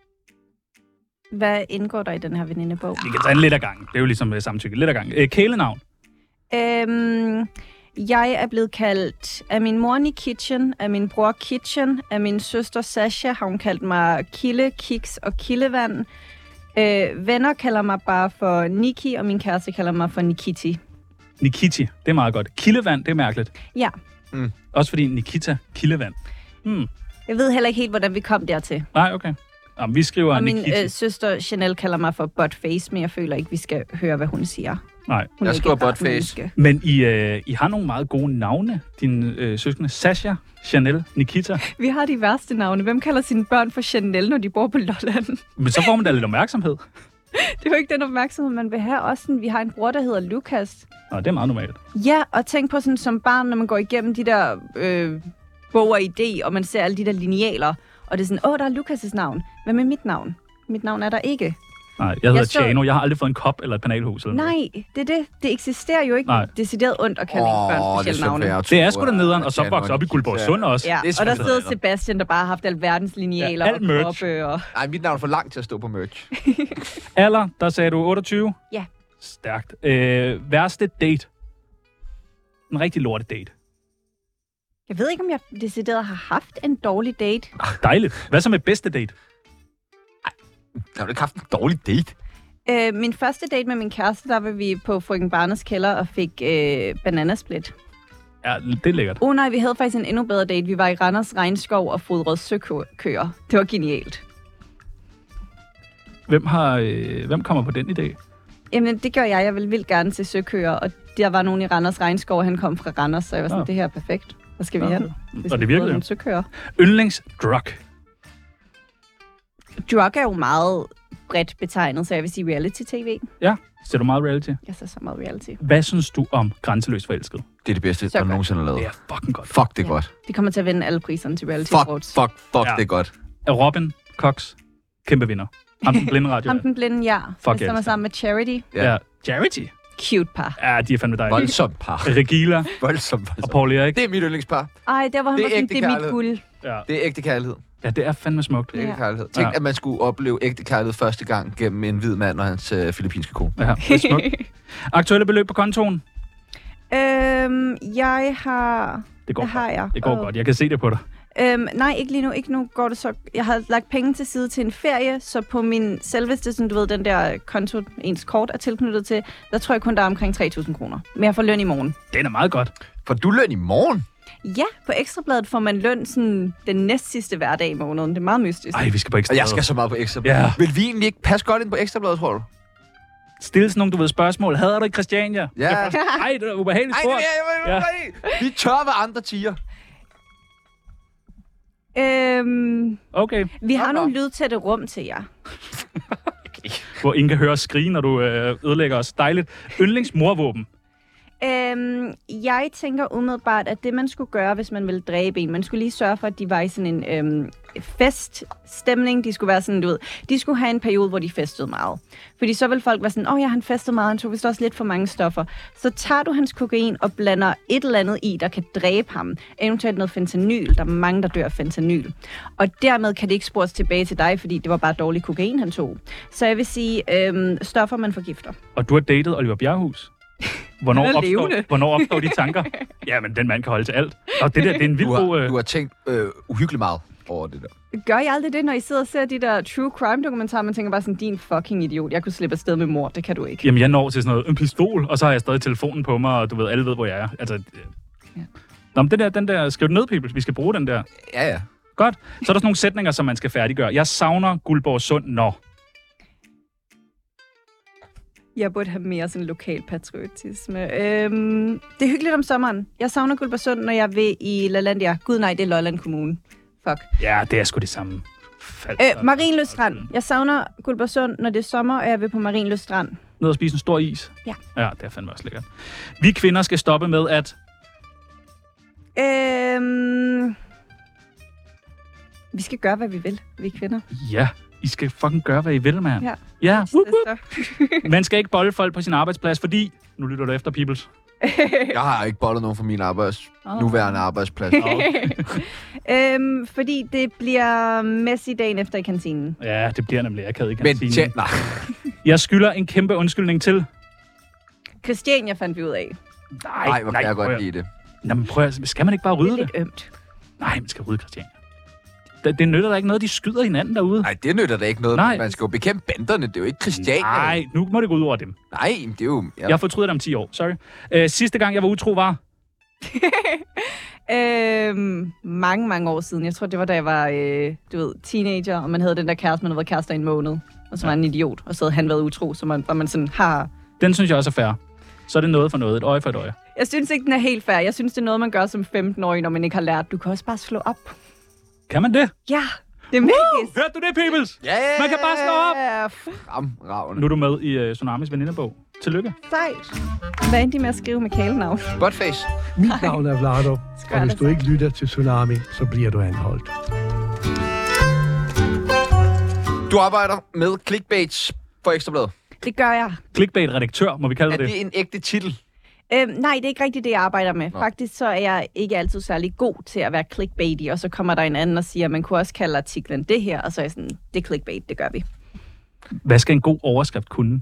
Hvad indgår der i den her venindebog? Vi kan tage en lidt ad gangen. Det er jo ligesom øh, samtykke. Lidt ad gangen. Øh, kælenavn. Øhm, jeg er blevet kaldt af min mor i Kitchen, af min bror Kitchen, af min søster Sasha har hun kaldt mig Kille, Kiks og Killevand. Øh, venner kalder mig bare for Niki, og min kæreste kalder mig for Nikiti. Nikiti. Det er meget godt. Kildevand, det er mærkeligt. Ja. Mm. Også fordi Nikita, Kildevand. Hmm. Jeg ved heller ikke helt, hvordan vi kom dertil. Nej, okay. Jamen, vi skriver Og min Nikiti. øh, søster Chanel kalder mig for buttface, men jeg føler ikke, vi skal høre, hvad hun siger. Nej. Hun er Jeg ikke skriver et rart buttface. menneske. Men I, øh, I har nogle meget gode navne, dine øh, søskende. Sasha, Chanel, Nikita. Vi har de værste navne. Hvem kalder sine børn for Chanel, når de bor på Lolland? Men så får man da lidt opmærksomhed. Det er jo ikke den opmærksomhed, man vil have. Også sådan, vi har en bror, der hedder Lukas. Nå, det er meget normalt. Ja, og tænk på sådan som barn, når man går igennem de der øh, bog og idé, og man ser alle de der linealer, og det er sådan, åh, der er Lukas' navn. Hvad med mit navn? Mit navn er der ikke. Nej, jeg hedder Jeg så- Tjano. Jeg har aldrig fået en kop eller et panelhus. Eller noget. Nej, det er det. Det eksisterer jo ikke. Nej. Decideret ondt at kalde ens børn Åh, det specielle skal navne. være Det er sgu da nederen, og så Ja, vokse op i Guldborgsund også. Ja, Det er og der selvfølgelig sidder Sebastian, der bare har haft alverdens linealer Ja, alt og merch. kroppe. Og... Nej, mit navn er for langt til at stå på merch. Alder, der sagde du otteogtyve. Ja. Stærkt. Øh, værste date. En rigtig lorte date. Jeg ved ikke, om jeg decideret har haft en dårlig date. Dejligt. Hvad så med bedste date? Jeg har du ikke haft en dårlig date? Øh, min første date med min kæreste, der var vi på frøken Barnes kælder og fik øh, bananasplit. Ja, det er lækkert. Oh nej, vi havde faktisk en endnu bedre date. Vi var i Randers Regnskov og fodrede søkøer. Det var genialt. Hvem, har, øh, hvem kommer på den idé? Jamen, det gør jeg. Jeg vil vildt gerne til søkøer, og der var nogen i Randers Regnskov, og han kom fra Randers, så jeg var sådan, Ah. det her er perfekt. Hvad skal vi Ah, hen? okay. Hvis Og det vi virkede fodrer jo. nogle søkøer. Yndlingsdrug. Drug er jo meget bredt betegnet, så jeg vil sige reality-tv. Ja, ser du meget reality? Jeg ser så meget reality. Hvad synes du om Grænseløst Forelsket? Det er det bedste, Så der godt. nogensinde har lavet. Det er fucking godt. Fuck, det er Ja. godt. De kommer til at vinde alle priserne til reality Fuck, awards. fuck, fuck, Ja. det er godt. Er Robin Cox kæmpe vinder? Ham den blinde radio. Ham den blinde, ja. Fuck, Som jeg er elsker sammen med Charity. Ja. Ja. Charity. Cute par. Ja, de er fandme dejlige. Voldsomt par. Regila Voldsomt par. og Paul Erik. Det er mit yndlingspar. Ej, der var han Det var er sådan, ægte det er mit kærlighed. guld. Ja. Det er ægte kærlighed. ja, det er fandme smukt. Det er ægte Ja. kærlighed. Tænk, Ja. at man skulle opleve ægte kærlighed første gang gennem en hvid mand og hans øh, filippinske kone. Ja, det er smukt. Aktuelle beløb på kontoen? Øhm, jeg har... Det går Hvad har godt. jeg? Det går Åh. godt. Jeg kan se det på dig. Øhm, nej, ikke lige nu. Ikke nu går det så... Jeg har lagt penge til side til en ferie, så på min selveste, sådan, du ved, den der konto, ens kort er tilknyttet til, der tror jeg kun, der er omkring tre tusind kroner. Men jeg får løn i morgen. Det er meget godt. For du løn i morgen? Ja, på Ekstrabladet får man løn sådan den næst sidste hverdag i måneden. Det er meget mystisk. Ej, vi skal på ekstra. Og jeg skal så meget på Ekstrabladet. Ja. Vil vi egentlig ikke passe godt ind på Ekstrabladet, tror du? Stille sådan nogle, du ved, spørgsmål. Hader du ikke Christiania? Ja. Det er først- Ej, det er ubehageligt Ej, spurgt. det er, jeg, jeg, jeg, Vi tør, hvad andre tiger. Øhm, Okay. vi har Nå, nogle nå. lydtætte rum til jer. Hvor ingen kan høre os skrige, når du øh, ødelægger os. Dejligt. Yndlingsmorvåben. Øhm, jeg tænker umiddelbart, at det man skulle gøre, hvis man ville dræbe en, man skulle lige sørge for, at de var i sådan en øhm, feststemning. De skulle være sådan, du ved, de skulle have en periode, hvor de festede meget. Fordi så vil folk være sådan, åh oh, ja, han festede meget, han tog vist også lidt for mange stoffer. Så tager du hans kokain og blander et eller andet i, der kan dræbe ham. Eventuelt noget fentanyl. Der er mange, der dør af fentanyl. Og dermed kan det ikke spores tilbage til dig, fordi det var bare dårlig kokain, han tog. Så jeg vil sige, øhm, stoffer, man forgifter. Og du har datet Oliver Bjerrehus. Hvornår Han er opstår, levende. hvornår opstår de tanker? Jamen, den mand kan holde til alt. Og det der, det er en vild Du har, god... Øh, du har tænkt øh, uhyggeligt meget over det der. Gør I aldrig det, når I sidder og ser de der true crime dokumentarer, man tænker bare sådan, din fucking idiot, jeg kunne slippe afsted med mord, det kan du ikke. Jamen, jeg når til sådan noget, en pistol, og så har jeg stadig telefonen på mig, og du ved, alle ved, hvor jeg er. Altså, øh. Ja. Nå, men det der, den der, skriv den ned, people. Vi skal bruge den der. Ja, ja. Godt. Så er der sådan nogle sætninger, som man skal færdiggøre. Jeg savner Guldborgsund, når... Jeg burde have mere sådan lokal patriotisme. Øhm, det er hyggeligt om sommeren. Jeg savner Guldborgsund, når jeg vil i LaLandia. Gud nej, det er Lolland Kommune. Fuck. Ja, det er sgu det samme. Faldt. Øh, Marienlyst Strand. Jeg savner Guldborgsund, når det er sommer, og jeg vil på Marienlyst Strand. Ned og spise en stor is. Ja. Ja, det er fandme også lækkert. Vi kvinder skal stoppe med at... Øhm, vi skal gøre, hvad vi vil, vi kvinder. Ja, I skal fucking gøre, hvad I vil, mand. Ja. Ja, Det whoop, er whoop. Man skal ikke bolde folk på sin arbejdsplads, fordi... Nu lytter du efter, peoples. Jeg har ikke bollet nogen fra min arbejds, Åh. nuværende arbejdsplads. øhm, fordi det bliver messy dagen efter i kantinen. Ja, det bliver nemlig akavet i Men kantinen. tja, nej. Jeg skylder en kæmpe undskyldning til... Christiania fandt vi ud af. Nej, Nej, hvor kan jeg prøv godt at- lide det. Jamen, prøv at... Skal man ikke bare Det rydde er det? lidt ømt. Nej, man skal rydde Christiania. Det, det nytter da ikke noget, de skyder hinanden derude. Nej, det nytter da ikke noget. Nej. Man skal jo bekæmpe banderne. Det er jo ikke Christiania. Nej, nu må det gå ud over dem. Nej, det er jo... Ja. Jeg fortryder det om ti år, sorry. Øh, sidste gang, jeg var utro, var... øhm, mange, mange år siden. Jeg tror, det var, da jeg var øh, du ved, teenager, og man havde den der kæreste, man havde været kærester i en måned. Og så var han en idiot, og så havde han været utro, så man, var man sådan, har. Den synes jeg også er fair. Så er det noget for noget. Et øje for et øje. Jeg synes ikke, den er helt fair. Jeg synes, det er noget, man gør som femten-årig, når man ikke har lært. Du kan også bare slå op. Kan man det? Ja. Det er magisk. Hørte du det, Peoples? Ja, yeah! Man kan bare slå op. Fremragende. Nu er du med i uh, Tsunamis venindebog. Tillykke. Sejt. Hvad endte de med at skrive med kælenavn? Buttface. Mit navn er Vlado, og hvis du ikke lytter til Tsunami, så bliver du anholdt. Du arbejder med clickbaits for Ekstrabladet. Det gør jeg. Clickbait-redaktør, må vi kalde Er det. det en ægte titel? Øhm, nej, det er ikke rigtigt det, jeg arbejder med. Nå. Faktisk så er jeg ikke altid særlig god til at være clickbaity, og så kommer der en anden og siger, at man kunne også kalde artiklen det her, og så er jeg sådan, det er clickbait, det gør vi. Hvad skal en god overskrift kunne?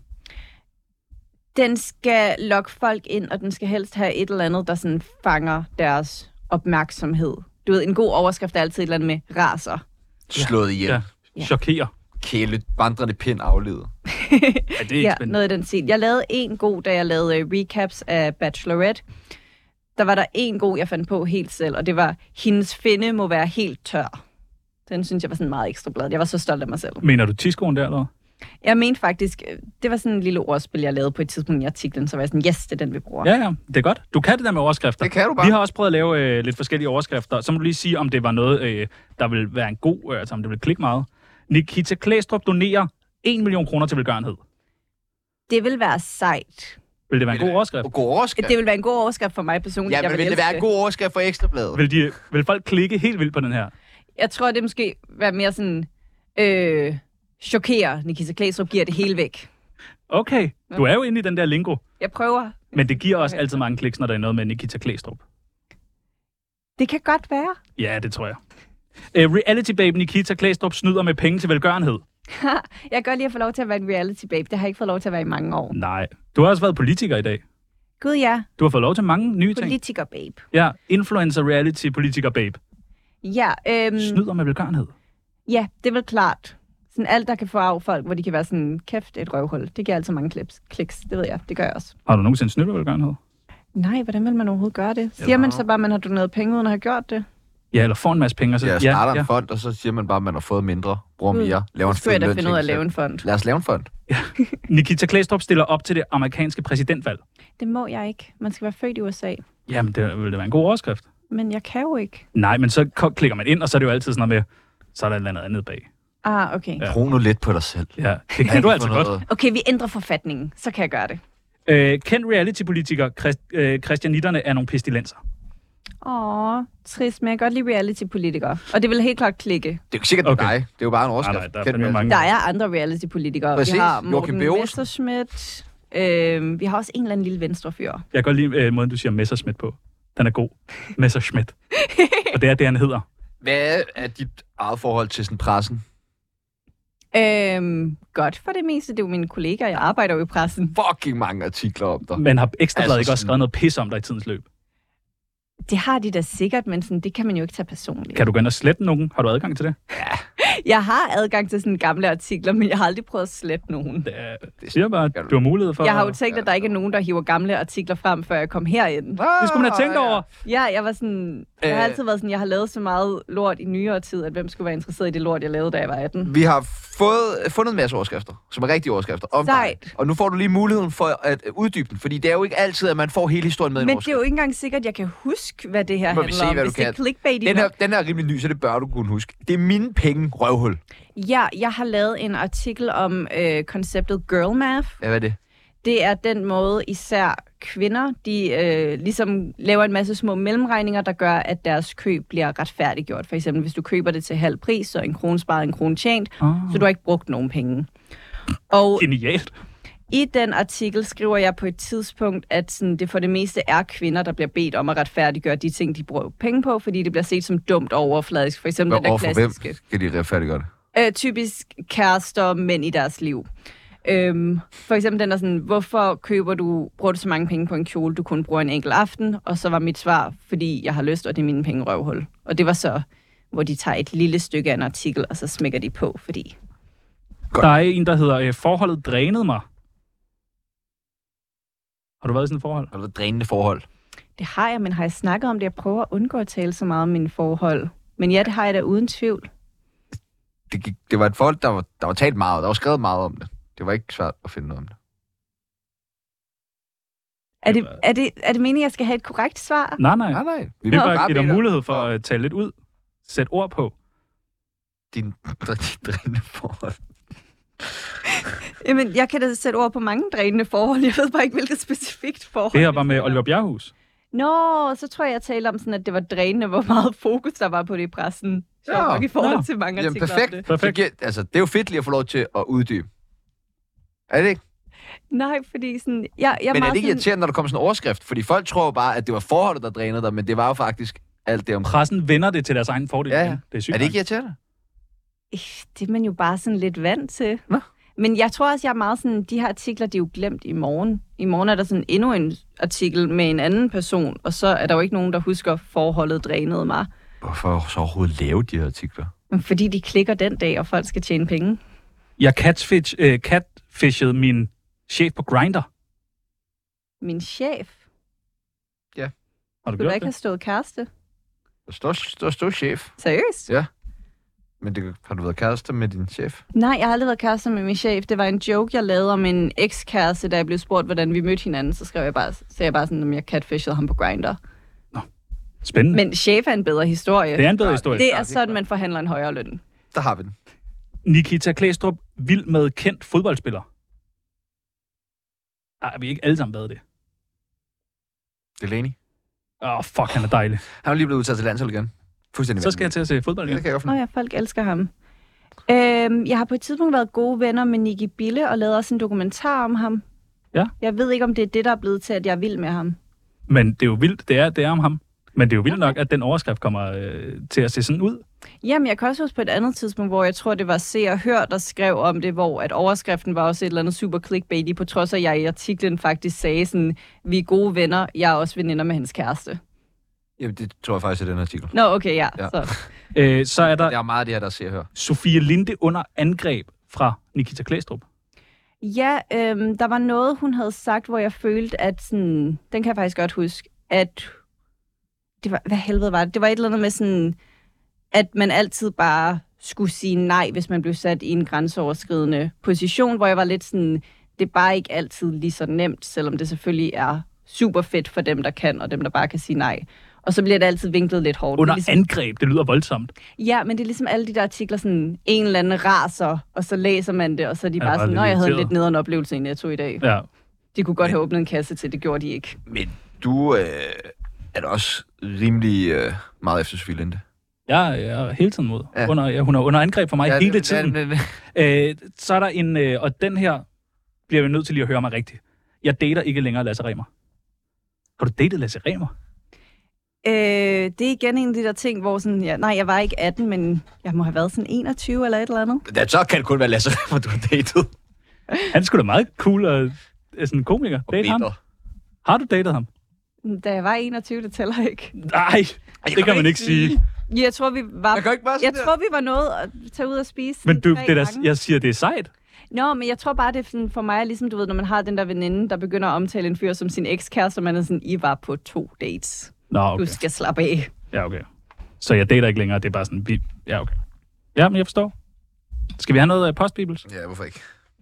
Den skal lokke folk ind, og den skal helst have et eller andet, der sådan fanger deres opmærksomhed. Du ved, en god overskrift er altid et eller andet med raser. Slået ihjel. Ja. Ja. Chokerer. Kæle, vandrende pind afledet. Ja, det er ikke Ja, spændende. noget af den stil. Jeg lavede en god, da jeg lavede uh, recaps af Bachelorette. Der var der en god, jeg fandt på helt selv, og det var, hendes finde må være helt tør. Den synes jeg var sådan meget ekstra blad. Jeg var så stolt af mig selv. Mener du tiskoen der, eller? Jeg mente faktisk, øh, det var sådan en lille ordspil, jeg lavede på et tidspunkt i artiklen, så var jeg sådan, yes, det er den, vi bruger. Ja, ja, det er godt. Du kan det der med overskrifter. Det kan du bare. Vi har også prøvet at lave øh, lidt forskellige overskrifter. Så må du lige sige, om det var noget, øh, der vil være en god, øh, altså om det vil klikke meget. Nikita Klæstrup donerer en million kroner til velgørenhed. Det vil være sejt. Vil det være en god overskrift? God overskrift. Det vil være en god overskrift for mig personligt. Ja, Jeg men vil det elske være en god overskrift for Ekstrabladet? Vil, de, vil folk klikke helt vildt på den her? Jeg tror, det måske være mere sådan, øh, chokerer, Nikita Klæstrup giver det hele væk. Okay, du er jo inde i den der lingo. Jeg prøver. Men det giver også altid mange kliks, når der er noget med Nikita Klæstrup. Det kan godt være. Ja, det tror jeg. Uh, reality babe Nikita Klæstrup snyder med penge til velgørenhed. Jeg kan godt lide at få lov til at være en reality babe. Det har jeg ikke fået lov til at være i mange år. Nej. Du har også været politiker i dag. Gud ja, Du har fået lov til mange nye ting. politiker babe. Ja, influencer reality politiker babe. Ja, øhm, Snyder med velgørenhed. ja, det er vel klart. Sådan alt, der kan få af folk, hvor de kan være sådan, kæft, et røvhul. Det giver altså mange klips, kliks. Det ved jeg. Det gør jeg også. Har du nogensinde snydt med velgørenhed? Nej, hvordan vil man overhovedet gøre det? Siger man så bare, at man har doneret penge, uden at have gjort det? Ja, eller får en masse penge. Og så, Ja, starter ja, en fond, og så siger man bare, at man har fået mindre, bruger Gud, mere, laver en Så skulle jeg fed da løn finde til ud af at sig lave selv. en fond. Lad os lave en fond. Nikita Klæstrup stiller op til det amerikanske præsidentvalg. Det må jeg ikke. Man skal være født i U S A. Jamen, det vil det være en god overskrift. Men jeg kan jo ikke. Nej, men så ko- klikker man ind, og så er det jo altid sådan noget med, så er der et eller andet andet bag. Ah, okay. Ja. Tro nu lidt på dig selv. Ja, det kan du altså godt. Okay, vi ændrer forfatningen. Så kan jeg gøre det. Øh, kendt reality-politiker Christ, øh, Christianitterne er nogle pestilenser. Åh, trist, men jeg kan godt lide reality-politikere. Og det vil helt klart klikke. Det er jo ikke sikkert, Okay. okay. dig. Det er jo bare en overskrift. Nej, nej, der er Kender fandme du mange. Der er andre reality-politikere. Præcis. Vi har Joachim Morten B. Olsen. Messerschmidt. Øh, vi har også en eller anden lille venstrefyr. Jeg kan godt lide øh, måden, du siger Messerschmidt på. Den er god. Messerschmidt. Og det er det, han hedder. Hvad er dit eget forhold til sådan pressen? Øhm, godt for det meste. Det er jo mine kollegaer. Jeg arbejder jo i pressen. Fucking mange artikler om dig. Men har Ekstrabladet Altså ikke også sådan- skrevet noget pis om dig i tidens løb? Det har de da sikkert, men sådan, det kan man jo ikke tage personligt. Kan du gå ind og slette nogen? Har du adgang til det? Jeg har adgang til sådan gamle artikler, men jeg har aldrig prøvet at slette nogen. Det, er, det siger bare, at du har mulighed for... Jeg har jo tænkt, at der ikke er nogen, der hiver gamle artikler frem, før jeg kom herind. Det skulle man have tænkt over. Ja, jeg var sådan... Jeg har Øh. altid været sådan, jeg har lavet så meget lort i nyere tid, at hvem skulle være interesseret i det lort, jeg lavede, da jeg var atten. Vi har fået, fundet en masse overskrifter, som er rigtige overskrifter om dig. Sejt. Og nu får du lige muligheden for at uddybe den, fordi det er jo ikke altid, at man får hele historien med i en Men det er overskrift. jo ikke engang sikkert, at jeg kan huske, hvad det her Må vi handler se, om. hvad du Hvis det er kan. clickbait Den her, den her er rimelig ny, så det bør du kunne huske. Det er mine penge, røvhul. Ja, jeg har lavet en artikel om øh, konceptet girl math. Ja, hvad er det? Det er den måde, især kvinder, de øh, ligesom laver en masse små mellemregninger, der gør, at deres køb bliver retfærdiggjort. For eksempel, hvis du køber det til halv pris, så en krone sparet, en krone tjent, Oh. så du har ikke brugt nogen penge. Og Genialt. i den artikel skriver jeg på et tidspunkt, at sådan, det for det meste er kvinder, der bliver bedt om at retfærdiggøre de ting, de bruger penge på, fordi det bliver set som dumt og overfladisk. For eksempel den der Og for hvem klassiske. skal de retfærdiggøre det? Øh, typisk kærester, mænd i deres liv. Øhm, for eksempel den der sådan, hvorfor køber du, bruger du så mange penge på en kjole, du kun bruger en enkelt aften? Og så var mit svar, fordi jeg har lyst, og det er mine penge røvhul. Og det var så, hvor de tager et lille stykke af en artikel, og så smækker de på, fordi... Godt. Der er en, der hedder, øh, forholdet drænede mig. Har du været i sådan et forhold? Har du et drænende forhold? Det har jeg, men har jeg snakket om det? Jeg prøver at undgå at tale så meget om mine forhold. Men ja, det har jeg da uden tvivl. Det, gik, det var et forhold, der var, der var talt meget, der var skrevet meget om det. Det var ikke svært at finde noget om det. Er det, er det, er det meningen, at jeg skal have et korrekt svar? Nej, nej. Nej, nej. Vi vil bare give dig bede mulighed for at tale lidt ud. Sæt ord på. din drænende forhold? Jamen, jeg kan da sætte ord på mange drænende forhold. Jeg ved bare ikke, hvilket specifikt forhold. Det her var med Oliver Bjerrehus. Nå, så tror jeg, jeg talte om sådan, at det var drænende, hvor meget fokus der var på det i pressen. Så ja, nok i forhold ja. til mange artikler. Jamen, perfekt. Det. perfekt. Giver, altså, det er jo fedt lige at få lov til at uddybe. Er det ikke? Nej, fordi sådan... Jeg, jeg men er det ikke sådan... irriterende, når der kommer sådan en overskrift? Fordi folk tror jo bare, at det var forholdet, der drænede dig, men det var jo faktisk alt det om... Pressen vender det til deres egen fordel. Ja, det er, sygt er det ikke irriterende? Det er man jo bare sådan lidt vant til. Nå? Men jeg tror også, jeg er meget sådan, de her artikler, de er jo glemt i morgen. I morgen er der sådan endnu en artikel med en anden person, og så er der jo ikke nogen, der husker, forholdet drænede mig. Hvorfor så overhovedet lave de her artikler? Fordi de klikker den dag, og folk skal tjene penge. Jeg catfish, øh, catfishede min chef på Grindr. Min chef? Ja. Har du Skulle gjort du ikke det? have stået kæreste? Der står, der står chef. Seriøst? Ja. Men det, har du været kæreste med din chef? Nej, jeg har aldrig været kæreste med min chef. Det var en joke, jeg lavede om en ekskæreste, da jeg blev spurgt, hvordan vi mødte hinanden. Så skrev jeg bare, så jeg bare sådan, om jeg catfishede ham på Grindr. Nå, spændende. Men chef er en bedre historie. Det er en bedre historie. Det er sådan, man forhandler en højere løn. Der har vi den. Nikita Klæstrup, vild med kendt fodboldspiller. Ej, vi har ikke alle sammen været det. Delaney. Åh, oh, fuck, han er dejlig. Han er lige blevet udtaget til landshold igen. Fuldstændig Så skal jeg til at se fodbold igen. Det kan jeg godt Nå ja, folk elsker ham. Øhm, jeg har på et tidspunkt været gode venner med Nicky Bille og lavet også en dokumentar om ham. Ja. Jeg ved ikke, om det er det, der er blevet til, at jeg er vild med ham. Men det er jo vildt, det er, det er om ham. Men det er jo vildt nok, at den overskrift kommer øh, til at se sådan ud. Jamen, jeg kan også huske på et andet tidspunkt, hvor jeg tror, det var Se og Hør, der skrev om det, hvor at overskriften var også et eller andet super clickbaity, på trods af, at jeg i artiklen faktisk sagde sådan, vi er gode venner, jeg er også veninder med hendes kæreste. Jamen, det tror jeg faktisk er den artikel. Nå, okay, ja. Ja. Så. Øh, så er der Der er meget af det her, der ser her. Sofie Linde under angreb fra Nikita Klæstrup. Ja, øhm, der var noget, hun havde sagt, hvor jeg følte, at sådan, den kan jeg faktisk godt huske, at det var, hvad helvede var det? Det var et eller andet med sådan, at man altid bare skulle sige nej, hvis man blev sat i en grænseoverskridende position, hvor jeg var lidt sådan, det er bare ikke altid lige så nemt, selvom det selvfølgelig er super fedt for dem, der kan, og dem, der bare kan sige nej. Og så bliver det altid vinklet lidt hårdt. Under det ligesom, angreb, det lyder voldsomt. Ja, men det er ligesom alle de der artikler, sådan en eller anden raser, og så læser man det, og så er de Ja, bare bare sådan, lidt nå, jeg havde en irriteret. lidt nederen oplevelse i Netto i dag. Ja. De kunne godt have åbnet en kasse til, det gjorde de ikke. Men du øh, er da også rimelig øh, meget efter Sofie Linde. Jeg er hele tiden mod. Ja. Under, ja, hun er under angreb for mig Ja, hele det- tiden. det- det- Øh, så er der en, øh, og den her bliver vi nødt til lige at høre mig rigtigt. Jeg dater ikke længere Lasse Remer. Har du datet Lasse Remer? Øh, det er igen en af de der ting, hvor sådan, ja, nej, jeg var ikke atten, men jeg må have været sådan enogtyve eller et eller andet. Ja, så kan det kun være Lasse Remer, du har datet. Han er sgu da meget cool og er sådan en komiker. Og Date ham. bitter. Har du datet ham? Da jeg var enogtyve, det tæller ikke. Nej, det kan man ikke sige. Jeg tror, vi var, Jeg kan ikke bare jeg sådan der. tror, vi var nået at tage ud og spise. Men du, tre det der, gange. jeg siger, det er sejt. Nå, men jeg tror bare, det er sådan, for mig, ligesom du ved, når man har den der veninde, der begynder at omtale en fyr som sin ekskæreste, og man er sådan, I var på to dates. Nå, okay. Du skal slappe af. Ja, okay. Så jeg dater ikke længere, det er bare sådan, vi... Ja, okay. Ja, men jeg forstår. Skal vi have noget uh, postbibels? Ja, hvorfor ikke?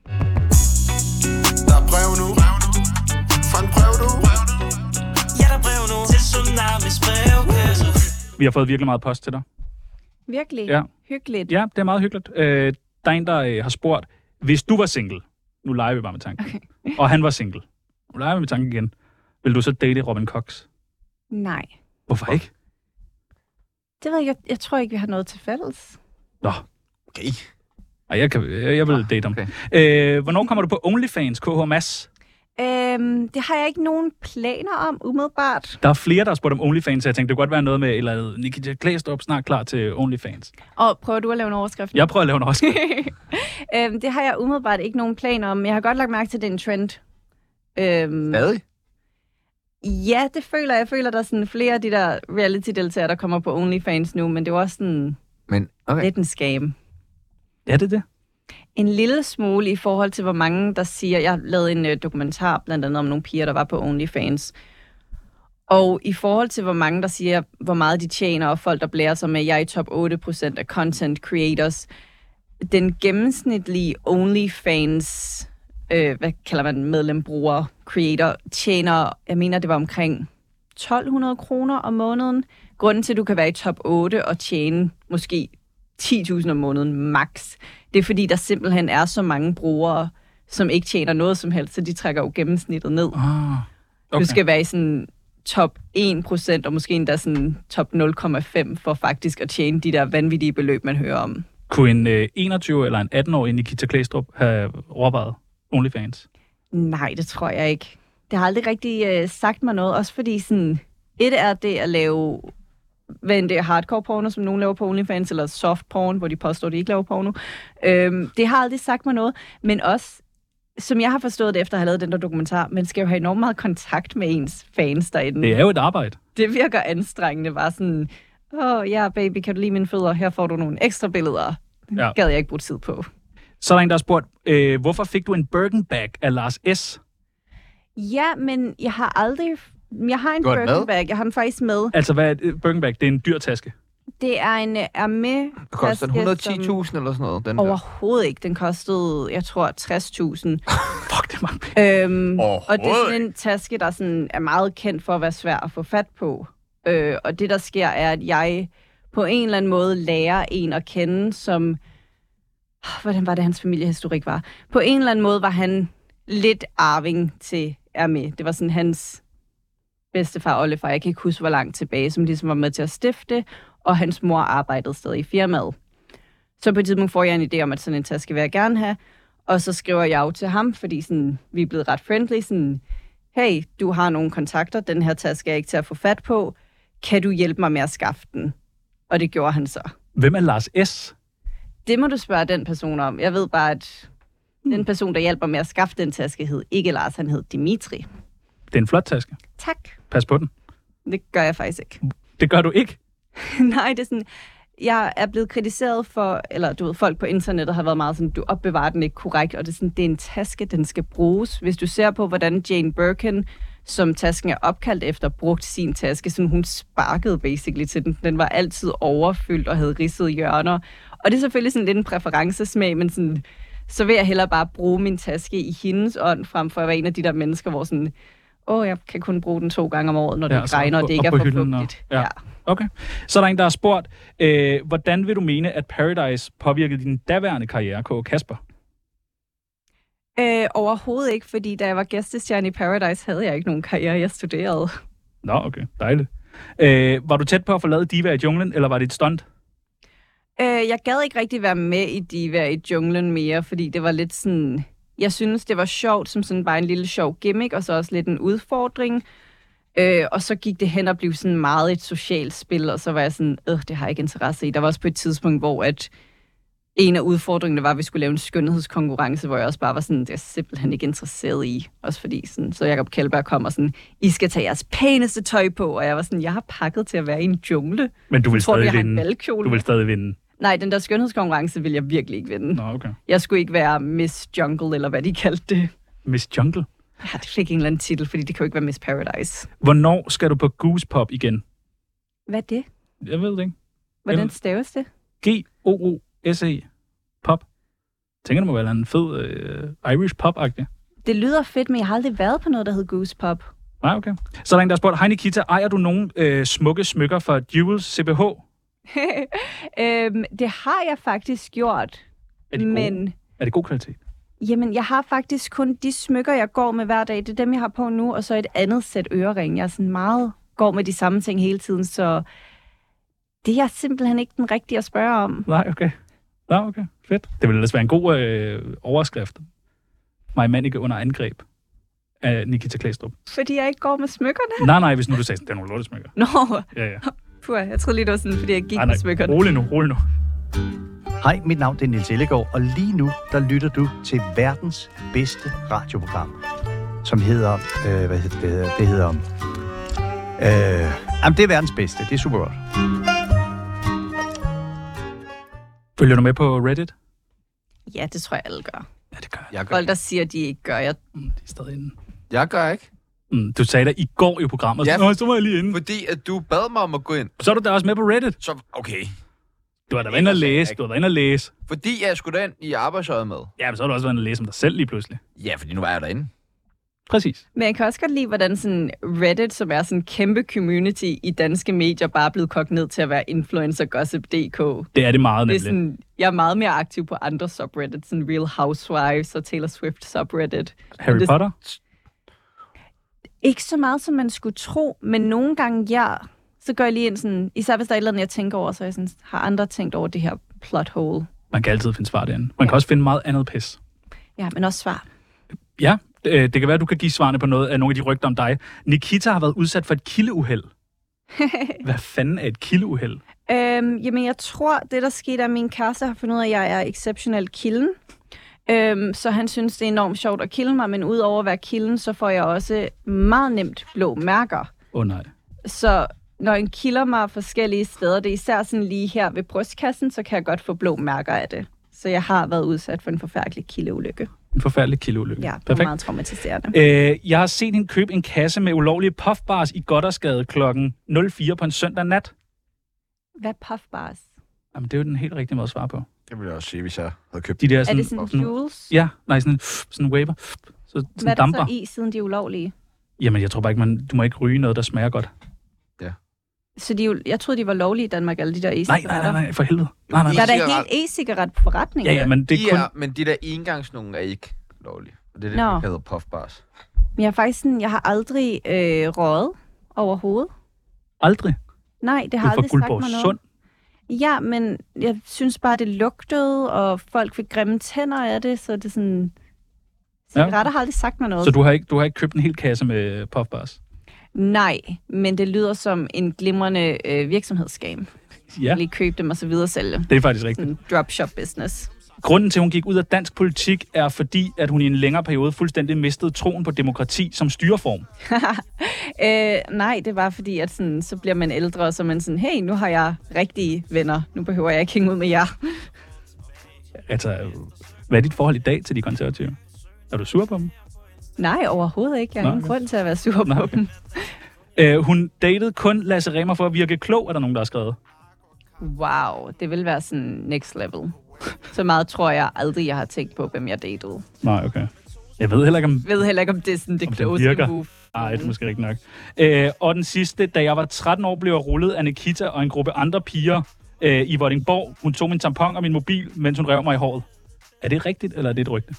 Der er brev nu. Fra en brev du. Ja, der er brev nu til Tsunamis brevkasse. Vi har fået virkelig meget post til dig. Virkelig Ja. hyggeligt. Ja, det er meget hyggeligt. Øh, der er en, der øh, har spurgt, hvis du var single, nu leger vi bare med tanken, okay. Og han var single, nu leger vi med tanken igen, vil du så date Robin Cox? Nej. Hvorfor ikke? Det ved jeg, jeg, jeg tror ikke, vi har noget til fælles. Nå. Okay. Ej, jeg, kan, jeg, jeg vil date ham. Okay. Øh, hvornår kommer du på OnlyFans, K H Mads? Øhm, det har jeg ikke nogen planer om, umiddelbart. Der er flere, der har spurgt om OnlyFans, så jeg tænkte, det kunne godt være noget med, eller andet, Nikita Klæstrup snart klar til OnlyFans. Og prøver du at lave en overskrift? Jeg prøver at lave en overskrift. øhm, det har jeg umiddelbart ikke nogen planer om, men jeg har godt lagt mærke til, den trend. Øhm, Stadig? Ja, det føler jeg. Jeg føler, der er sådan flere af de der reality-deltagere, der kommer på OnlyFans nu, men det er jo også sådan Men, okay. lidt en scam. Er det det? En lille smule i forhold til, hvor mange der siger... Jeg lavede en øh, dokumentar blandt andet om nogle piger, der var på OnlyFans. Og i forhold til, hvor mange der siger, hvor meget de tjener, og folk, der blærer sig med, jeg er i top otte procent af content creators. Den gennemsnitlige OnlyFans, øh, hvad kalder man medlem, bruger, creator, tjener, jeg mener, det var omkring tolv hundrede kroner om måneden. Grunden til, at du kan være i top otte og tjene måske ti tusind om måneden max. Det er fordi, der simpelthen er så mange brugere, som ikke tjener noget som helst, så de trækker jo gennemsnittet ned. Ah, okay. Du skal være i sådan top en procent, og måske endda sådan top nul komma fem for faktisk at tjene de der vanvittige beløb, man hører om. Kunne en øh, enogtyve- eller en atten-årig Nikita Klæstrup have overvejet OnlyFans? Nej, det tror jeg ikke. Det har aldrig rigtig øh, sagt mig noget, også fordi sådan, et er det at lave, hvad end det er hardcore porno, som nogen laver på OnlyFans, eller soft porn, hvor de påstår, at de ikke laver porno. Øhm, det har aldrig sagt mig noget, men også, som jeg har forstået det efter at have lavet den der dokumentar, man skal jo have enormt meget kontakt med ens fans derinde. Det er jo et arbejde. Det virker anstrengende, bare sådan, åh oh, ja, yeah, baby, kan du lide mine fødder? Her får du nogle ekstra billeder. Det ja. gad jeg ikke bruge tid på. Så er der en, der har spurgt, øh, hvorfor fik du en Birkenbag af Lars S? Ja, men jeg har aldrig... Jeg har en Birkenbag. Jeg har den faktisk med. Altså, hvad er et Birkenbag? Det er en dyr taske. Det er en Hermès. Det koster den et hundrede og ti tusind eller sådan noget? Den overhovedet ikke. Den kostede, jeg tror, tres tusind. Fuck, det er mange penge. Øhm, og det er sådan en taske, der sådan er meget kendt for at være svær at få fat på. Øh, og det, der sker, er, at jeg på en eller anden måde lærer en at kende, som... Hvordan var det, hans familiehistorik var? På en eller anden måde var han lidt arving til Hermès. Det var sådan hans bedstefar, oldefar, jeg kan ikke huske, hvor langt tilbage, som ligesom var med til at stifte, og hans mor arbejdede stadig i firmaet. Så på et tidspunkt får jeg en idé om, at sådan en taske vil jeg gerne have, og så skriver jeg jo til ham, fordi sådan, vi er blevet ret friendly, sådan, hey, du har nogle kontakter, den her taske er ikke til at få fat på, kan du hjælpe mig med at skaffe den? Og det gjorde han så. Hvem er Lars S? Det må du spørge den person om. Jeg ved bare, at hmm. den person, der hjælper med at skaffe den taske, hed ikke Lars, han hed Dimitri. Det er en flot taske. Tak. Pas på den. Det gør jeg faktisk ikke. Det gør du ikke? Nej, det er sådan... Jeg er blevet kritiseret for, eller du ved, folk på internettet har været meget sådan, du opbevarer den ikke korrekt, og det er sådan, det er en taske, den skal bruges. Hvis du ser på, hvordan Jane Birkin, som tasken er opkaldt efter, brugte sin taske, sådan hun sparkede basically til den. Den var altid overfyldt og havde ridset hjørner. Og det er selvfølgelig sådan lidt en præferencesmag, men sådan, så vil jeg hellere bare bruge min taske i hendes ånd, frem for at være en af de der mennesker, hvor sådan, åh, oh, jeg kan kun bruge den to gange om året, når ja, det regner, og det ikke er for fugtigt. Ja. Ja. Okay. Så er der en, der har spurgt, øh, hvordan vil du mene, at Paradise påvirkede din daværende karriere, K. Kasper? Øh, overhovedet ikke, fordi da jeg var gæstestjerne i Paradise, havde jeg ikke nogen karriere, jeg studerede. Nå, okay. Dejligt. Øh, var du tæt på at få lavet Diva i junglen, eller var det et stunt? Øh, jeg gad ikke rigtig være med i Diva i junglen mere, fordi det var lidt sådan... Jeg synes, det var sjovt, som sådan bare en lille sjov gimmick, og så også lidt en udfordring. Øh, og så gik det hen og blev sådan meget et socialt spil, og så var jeg sådan, øh, det har jeg ikke interesse i. Der var også på et tidspunkt, hvor at en af udfordringerne var, at vi skulle lave en skønhedskonkurrence, hvor jeg også bare var sådan, det er simpelthen ikke interesseret i. Også fordi, sådan, så Jacob Kjellberg kom og sådan, I skal tage jeres pæneste tøj på, og jeg var sådan, jeg har pakket til at være i en jungle. Men du vil tror, stadig vinde. Du vil stadig vinde. Nej, den der skønhedskonkurrence vil jeg virkelig ikke vinde. Nå, okay. Jeg skulle ikke være Miss Jungle, eller hvad de kaldte det. Miss Jungle? Ja, det fik en eller anden titel, fordi det kan jo ikke være Miss Paradise. Hvornår skal du på Goose Pop igen? Hvad er det? Jeg ved det ikke. Hvordan staves det? G O O S E Pop. Tænker du må være en fed uh, Irish pop-agtig? Det lyder fedt, men jeg har aldrig været på noget, der hed Goose Pop. Nej, okay. Så er der en, der har spurgt, hej Nikita, ejer du nogle øh, smukke smykker fra Jewels C B H? øhm, det har jeg faktisk gjort. Er det men... god? Er det god kvalitet? Jamen, jeg har faktisk kun de smykker, jeg går med hver dag. Det er dem, jeg har på nu, og så et andet sæt ørering. Jeg er sådan meget går med de samme ting hele tiden, så det er simpelthen ikke den rigtige at spørge om. Nej, okay. Nå, okay. Fedt. Det ville ellers være en god øh, overskrift. Mig mand ikke under angreb af Nikita Klæstrup. Fordi jeg ikke går med smykkerne? Nej, nej, hvis nu du sagde, det er nogle lortesmykker. Nå. Ja, ja. Puh, jeg troede lige, det var sådan, fordi jeg gik nej, nej. med smykkerne. Rolig nu, rolig nu. Hej, mit navn er Niels Ellegaard, og lige nu, der lytter du til verdens bedste radioprogram, som hedder, øh, hvad hedder det, det hedder, øh, jamen det er verdens bedste, det er super godt. Følger du med på Reddit? Ja, det tror jeg alle gør. Ja, det gør jeg. Folk, der siger, de ikke gør, jeg... Mm, de er stadig inde. Jeg gør ikke. Mm, du sagde da i går i programmet, ja, så, så var jeg lige inde. Fordi at du bad mig om at gå ind. Så er du da også med på Reddit. Så, okay. Du har da været inde og læse, du har været inde og læse. Fordi jeg skulle da ind i arbejdsøjet med. Ja, men så har du også været inde og læse om dig selv lige pludselig. Ja, fordi nu var jeg derinde. Præcis. Men jeg kan også godt lide, hvordan sådan Reddit, som er sådan en kæmpe community i danske medier, bare er blevet kogt ned til at være influencer gossip punktum d k. Det er det meget nemlig. Det er sådan, jeg er meget mere aktiv på andre subreddits, sådan Real Housewives og Taylor Swift subreddit. Harry det, Potter? Ikke så meget, som man skulle tro, men nogle gange, ja, så går jeg lige ind sådan, især hvis der er et eller andet, jeg tænker over, så jeg sådan, har andre tænkt over det her plot hole. Man kan altid finde svar derinde. Man ja. kan også finde meget andet pis. Ja, men også svar. Ja, det, det kan være, at du kan give svarene på noget af nogle af de rygter om dig. Nikita har været udsat for et kildeuheld. Hvad fanden er et kildeuheld? Øhm, jamen, jeg tror, det der skete, er, at min kæreste har fundet ud af, at jeg er exceptionelt kilden. Øhm, så han synes, det er enormt sjovt at kilde mig, men udover at være kilden, så får jeg også meget nemt blå mærker. Åh oh, nej. Så når en kilder mig forskellige steder, det er især sådan lige her ved brystkassen, så kan jeg godt få blå mærker af det. Så jeg har været udsat for en forfærdelig kildeulykke. En forfærdelig kildeulykke. Ja, det er meget traumatiserende. Øh, jeg har set hende købe en kasse med ulovlige puffbars i Goddersgade klokken nul fire på en søndag nat. Hvad er puffbars? Jamen, det er jo den helt rigtige måde at svare på. Det ville jeg også sige, hvis jeg havde købt de der. Sådan, er det sådan, sådan Jules? Ja, nej, sådan en waver. Så, sådan hvad er der damper. så i, siden de er ulovlige? Jamen, jeg tror bare ikke, man, du må ikke ryge noget, der smager godt. Ja. Så de, jeg troede, de var lovlige i Danmark, alle de der e-cigaretter. Nej, nej, nej, nej, for helvede. Nej, nej. Der er da helt e-cigaret forretning. Ja, ja, men det er de kun... er, men de der engangsnungen er ikke lovlige. Og det er det, Nå. der hedder puffbars. Men jeg har faktisk sådan, jeg har aldrig øh, røget overhovedet. Aldrig? Nej, det har aldrig sagt mig noget. Sund. Ja, men jeg synes bare, det lugtede, og folk fik grimme tænder af det, så det er sådan... Cigaretter ja. har aldrig sagt mig noget. Så du har ikke, du har ikke købt en hel kasse med puffbars? Nej, men det lyder som en glimrende øh, virksomhedsskam. Ja. Lige købe dem og så videre sælge. Det er faktisk rigtigt. Sådan dropshop business. Grunden til, at hun gik ud af dansk politik, er fordi, at hun i en længere periode fuldstændig mistede troen på demokrati som styreform. øh, nej, det var fordi, at sådan, så bliver man ældre, og så er man sådan, hey, nu har jeg rigtige venner. Nu behøver jeg ikke hænge ud med jer. Altså, hvad er dit forhold i dag til de konservative? Er du sur på dem? Nej, overhovedet ikke. Jeg har Nå, ingen okay. grund til at være sur Nå, på okay. dem. Øh, hun datede kun Lasse Remmer for at virke klog, er der nogen, der har skrevet. Wow, det vil være sådan next level. Så meget tror jeg aldrig, jeg har tænkt på, hvem jeg datede. Nej, okay. Jeg ved heller ikke, om... Jeg ved heller ikke, om det er sådan det klogeste move. Nej, det er måske ikke nok. Øh, og den sidste, da jeg var tretten år, blev jeg rullet af Nikita og en gruppe andre piger øh, i Vordingborg. Hun tog min tampon og min mobil, mens hun rev mig i håret. Er det rigtigt, eller er det et rygte?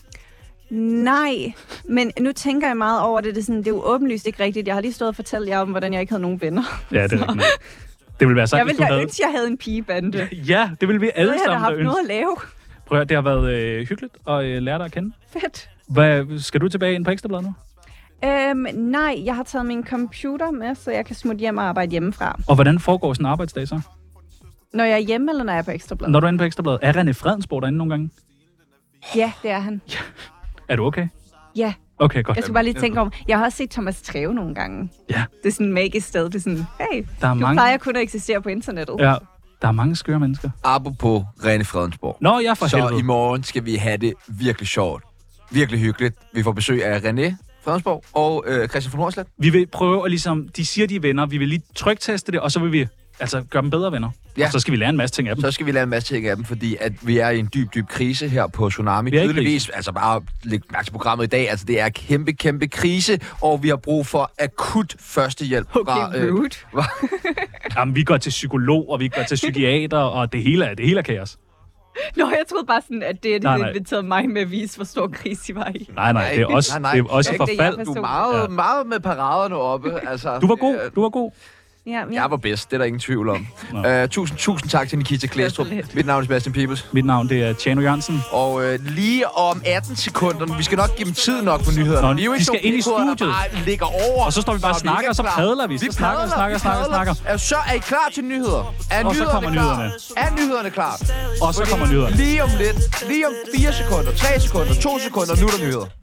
Nej, men nu tænker jeg meget over det. Det er, sådan, det er jo åbenlyst ikke rigtigt. Jeg har lige stået og fortalt jer om, hvordan jeg ikke havde nogen venner. Ja, det er rigtigt. Det ville være sagt, jeg ville hvis du have havde... ønsket, jeg havde en pigebande. Ja, det ville vi alle jeg sammen have haft noget at lave. Prøv at, det har været øh, hyggeligt at øh, lære dig at kende. Fedt. Hvad, skal du tilbage ind på Ekstrabladet nu? Øhm, nej, jeg har taget min computer med, så jeg kan smutte hjem og arbejde hjemmefra. Og hvordan foregår sådan en arbejdsdag så? Når jeg er hjemme, eller når jeg er på Ekstrabladet? Når du er inde på Ekstrabladet. Er René Fredensborg derinde nogle gange? Ja, det er han. Ja. Er du okay? Ja. Okay, godt. Jeg skal bare lige tænke om, jeg har også set Thomas Treve nogle gange. Ja. Det er sådan en magisk sted. Det er sådan, hey, der er du mange... plejer kun at eksistere på internettet. Ja, der er mange skøre mennesker. Apropos René Fredensborg. Nå, jeg for Så helvede. i morgen skal vi have det virkelig sjovt. Virkelig hyggeligt. Vi får besøg af René Fredensborg og øh, Christian von Hornslet. Vi vil prøve at ligesom, de siger, de er venner. Vi vil lige trykteste det, og så vil vi altså gøre dem bedre venner. Ja. Og så skal vi lære en masse ting af dem. Så skal vi lære en masse ting af dem, fordi at vi er i en dyb, dyb krise her på Tsunami. Tydeligvis, altså bare læg mærke til programmet i dag, altså det er kæmpe, kæmpe krise, og vi har brug for akut førstehjælp. Okay, fra, øh, rude. Jamen, vi går til psykolog, og vi går til psykiater, og det hele er, det hele er kaos. Nå, jeg troede bare sådan, at det er Nej, det, nej. inviteret mig med at vise, hvor stor krise I var i. Nej, nej, det er også, nej, nej. det er også Det er ikke det, forfald. jeg Du er meget, Ja. meget med paraderne oppe. Altså, Du var god, du var god. Ja, ja. Jeg var bedst, det er der ingen tvivl om. Uh, tusind, tusind tak til Nikita Klæstrup. Mit navn er Sebastian Peebles. Mit navn det er Tjano Jørgensen. Og uh, lige om atten sekunder, vi skal nok give dem tid nok på nyhederne. Nå, de, er jo de ikke skal nogen ind i nyheder, der studiet. bare ligger over. Og så står vi bare og når snakker, ikke og så er klar. padler vi. Vi Så snakker, padler, snakker, vi snakker, padler. snakker. Altså, så er I klar til nyheder? Er Og så kommer klar? nyhederne. Er nyhederne klar? Og så kommer nyhederne. Lige om lidt, lige om fire sekunder, tre sekunder, to sekunder, nu er der nyheder.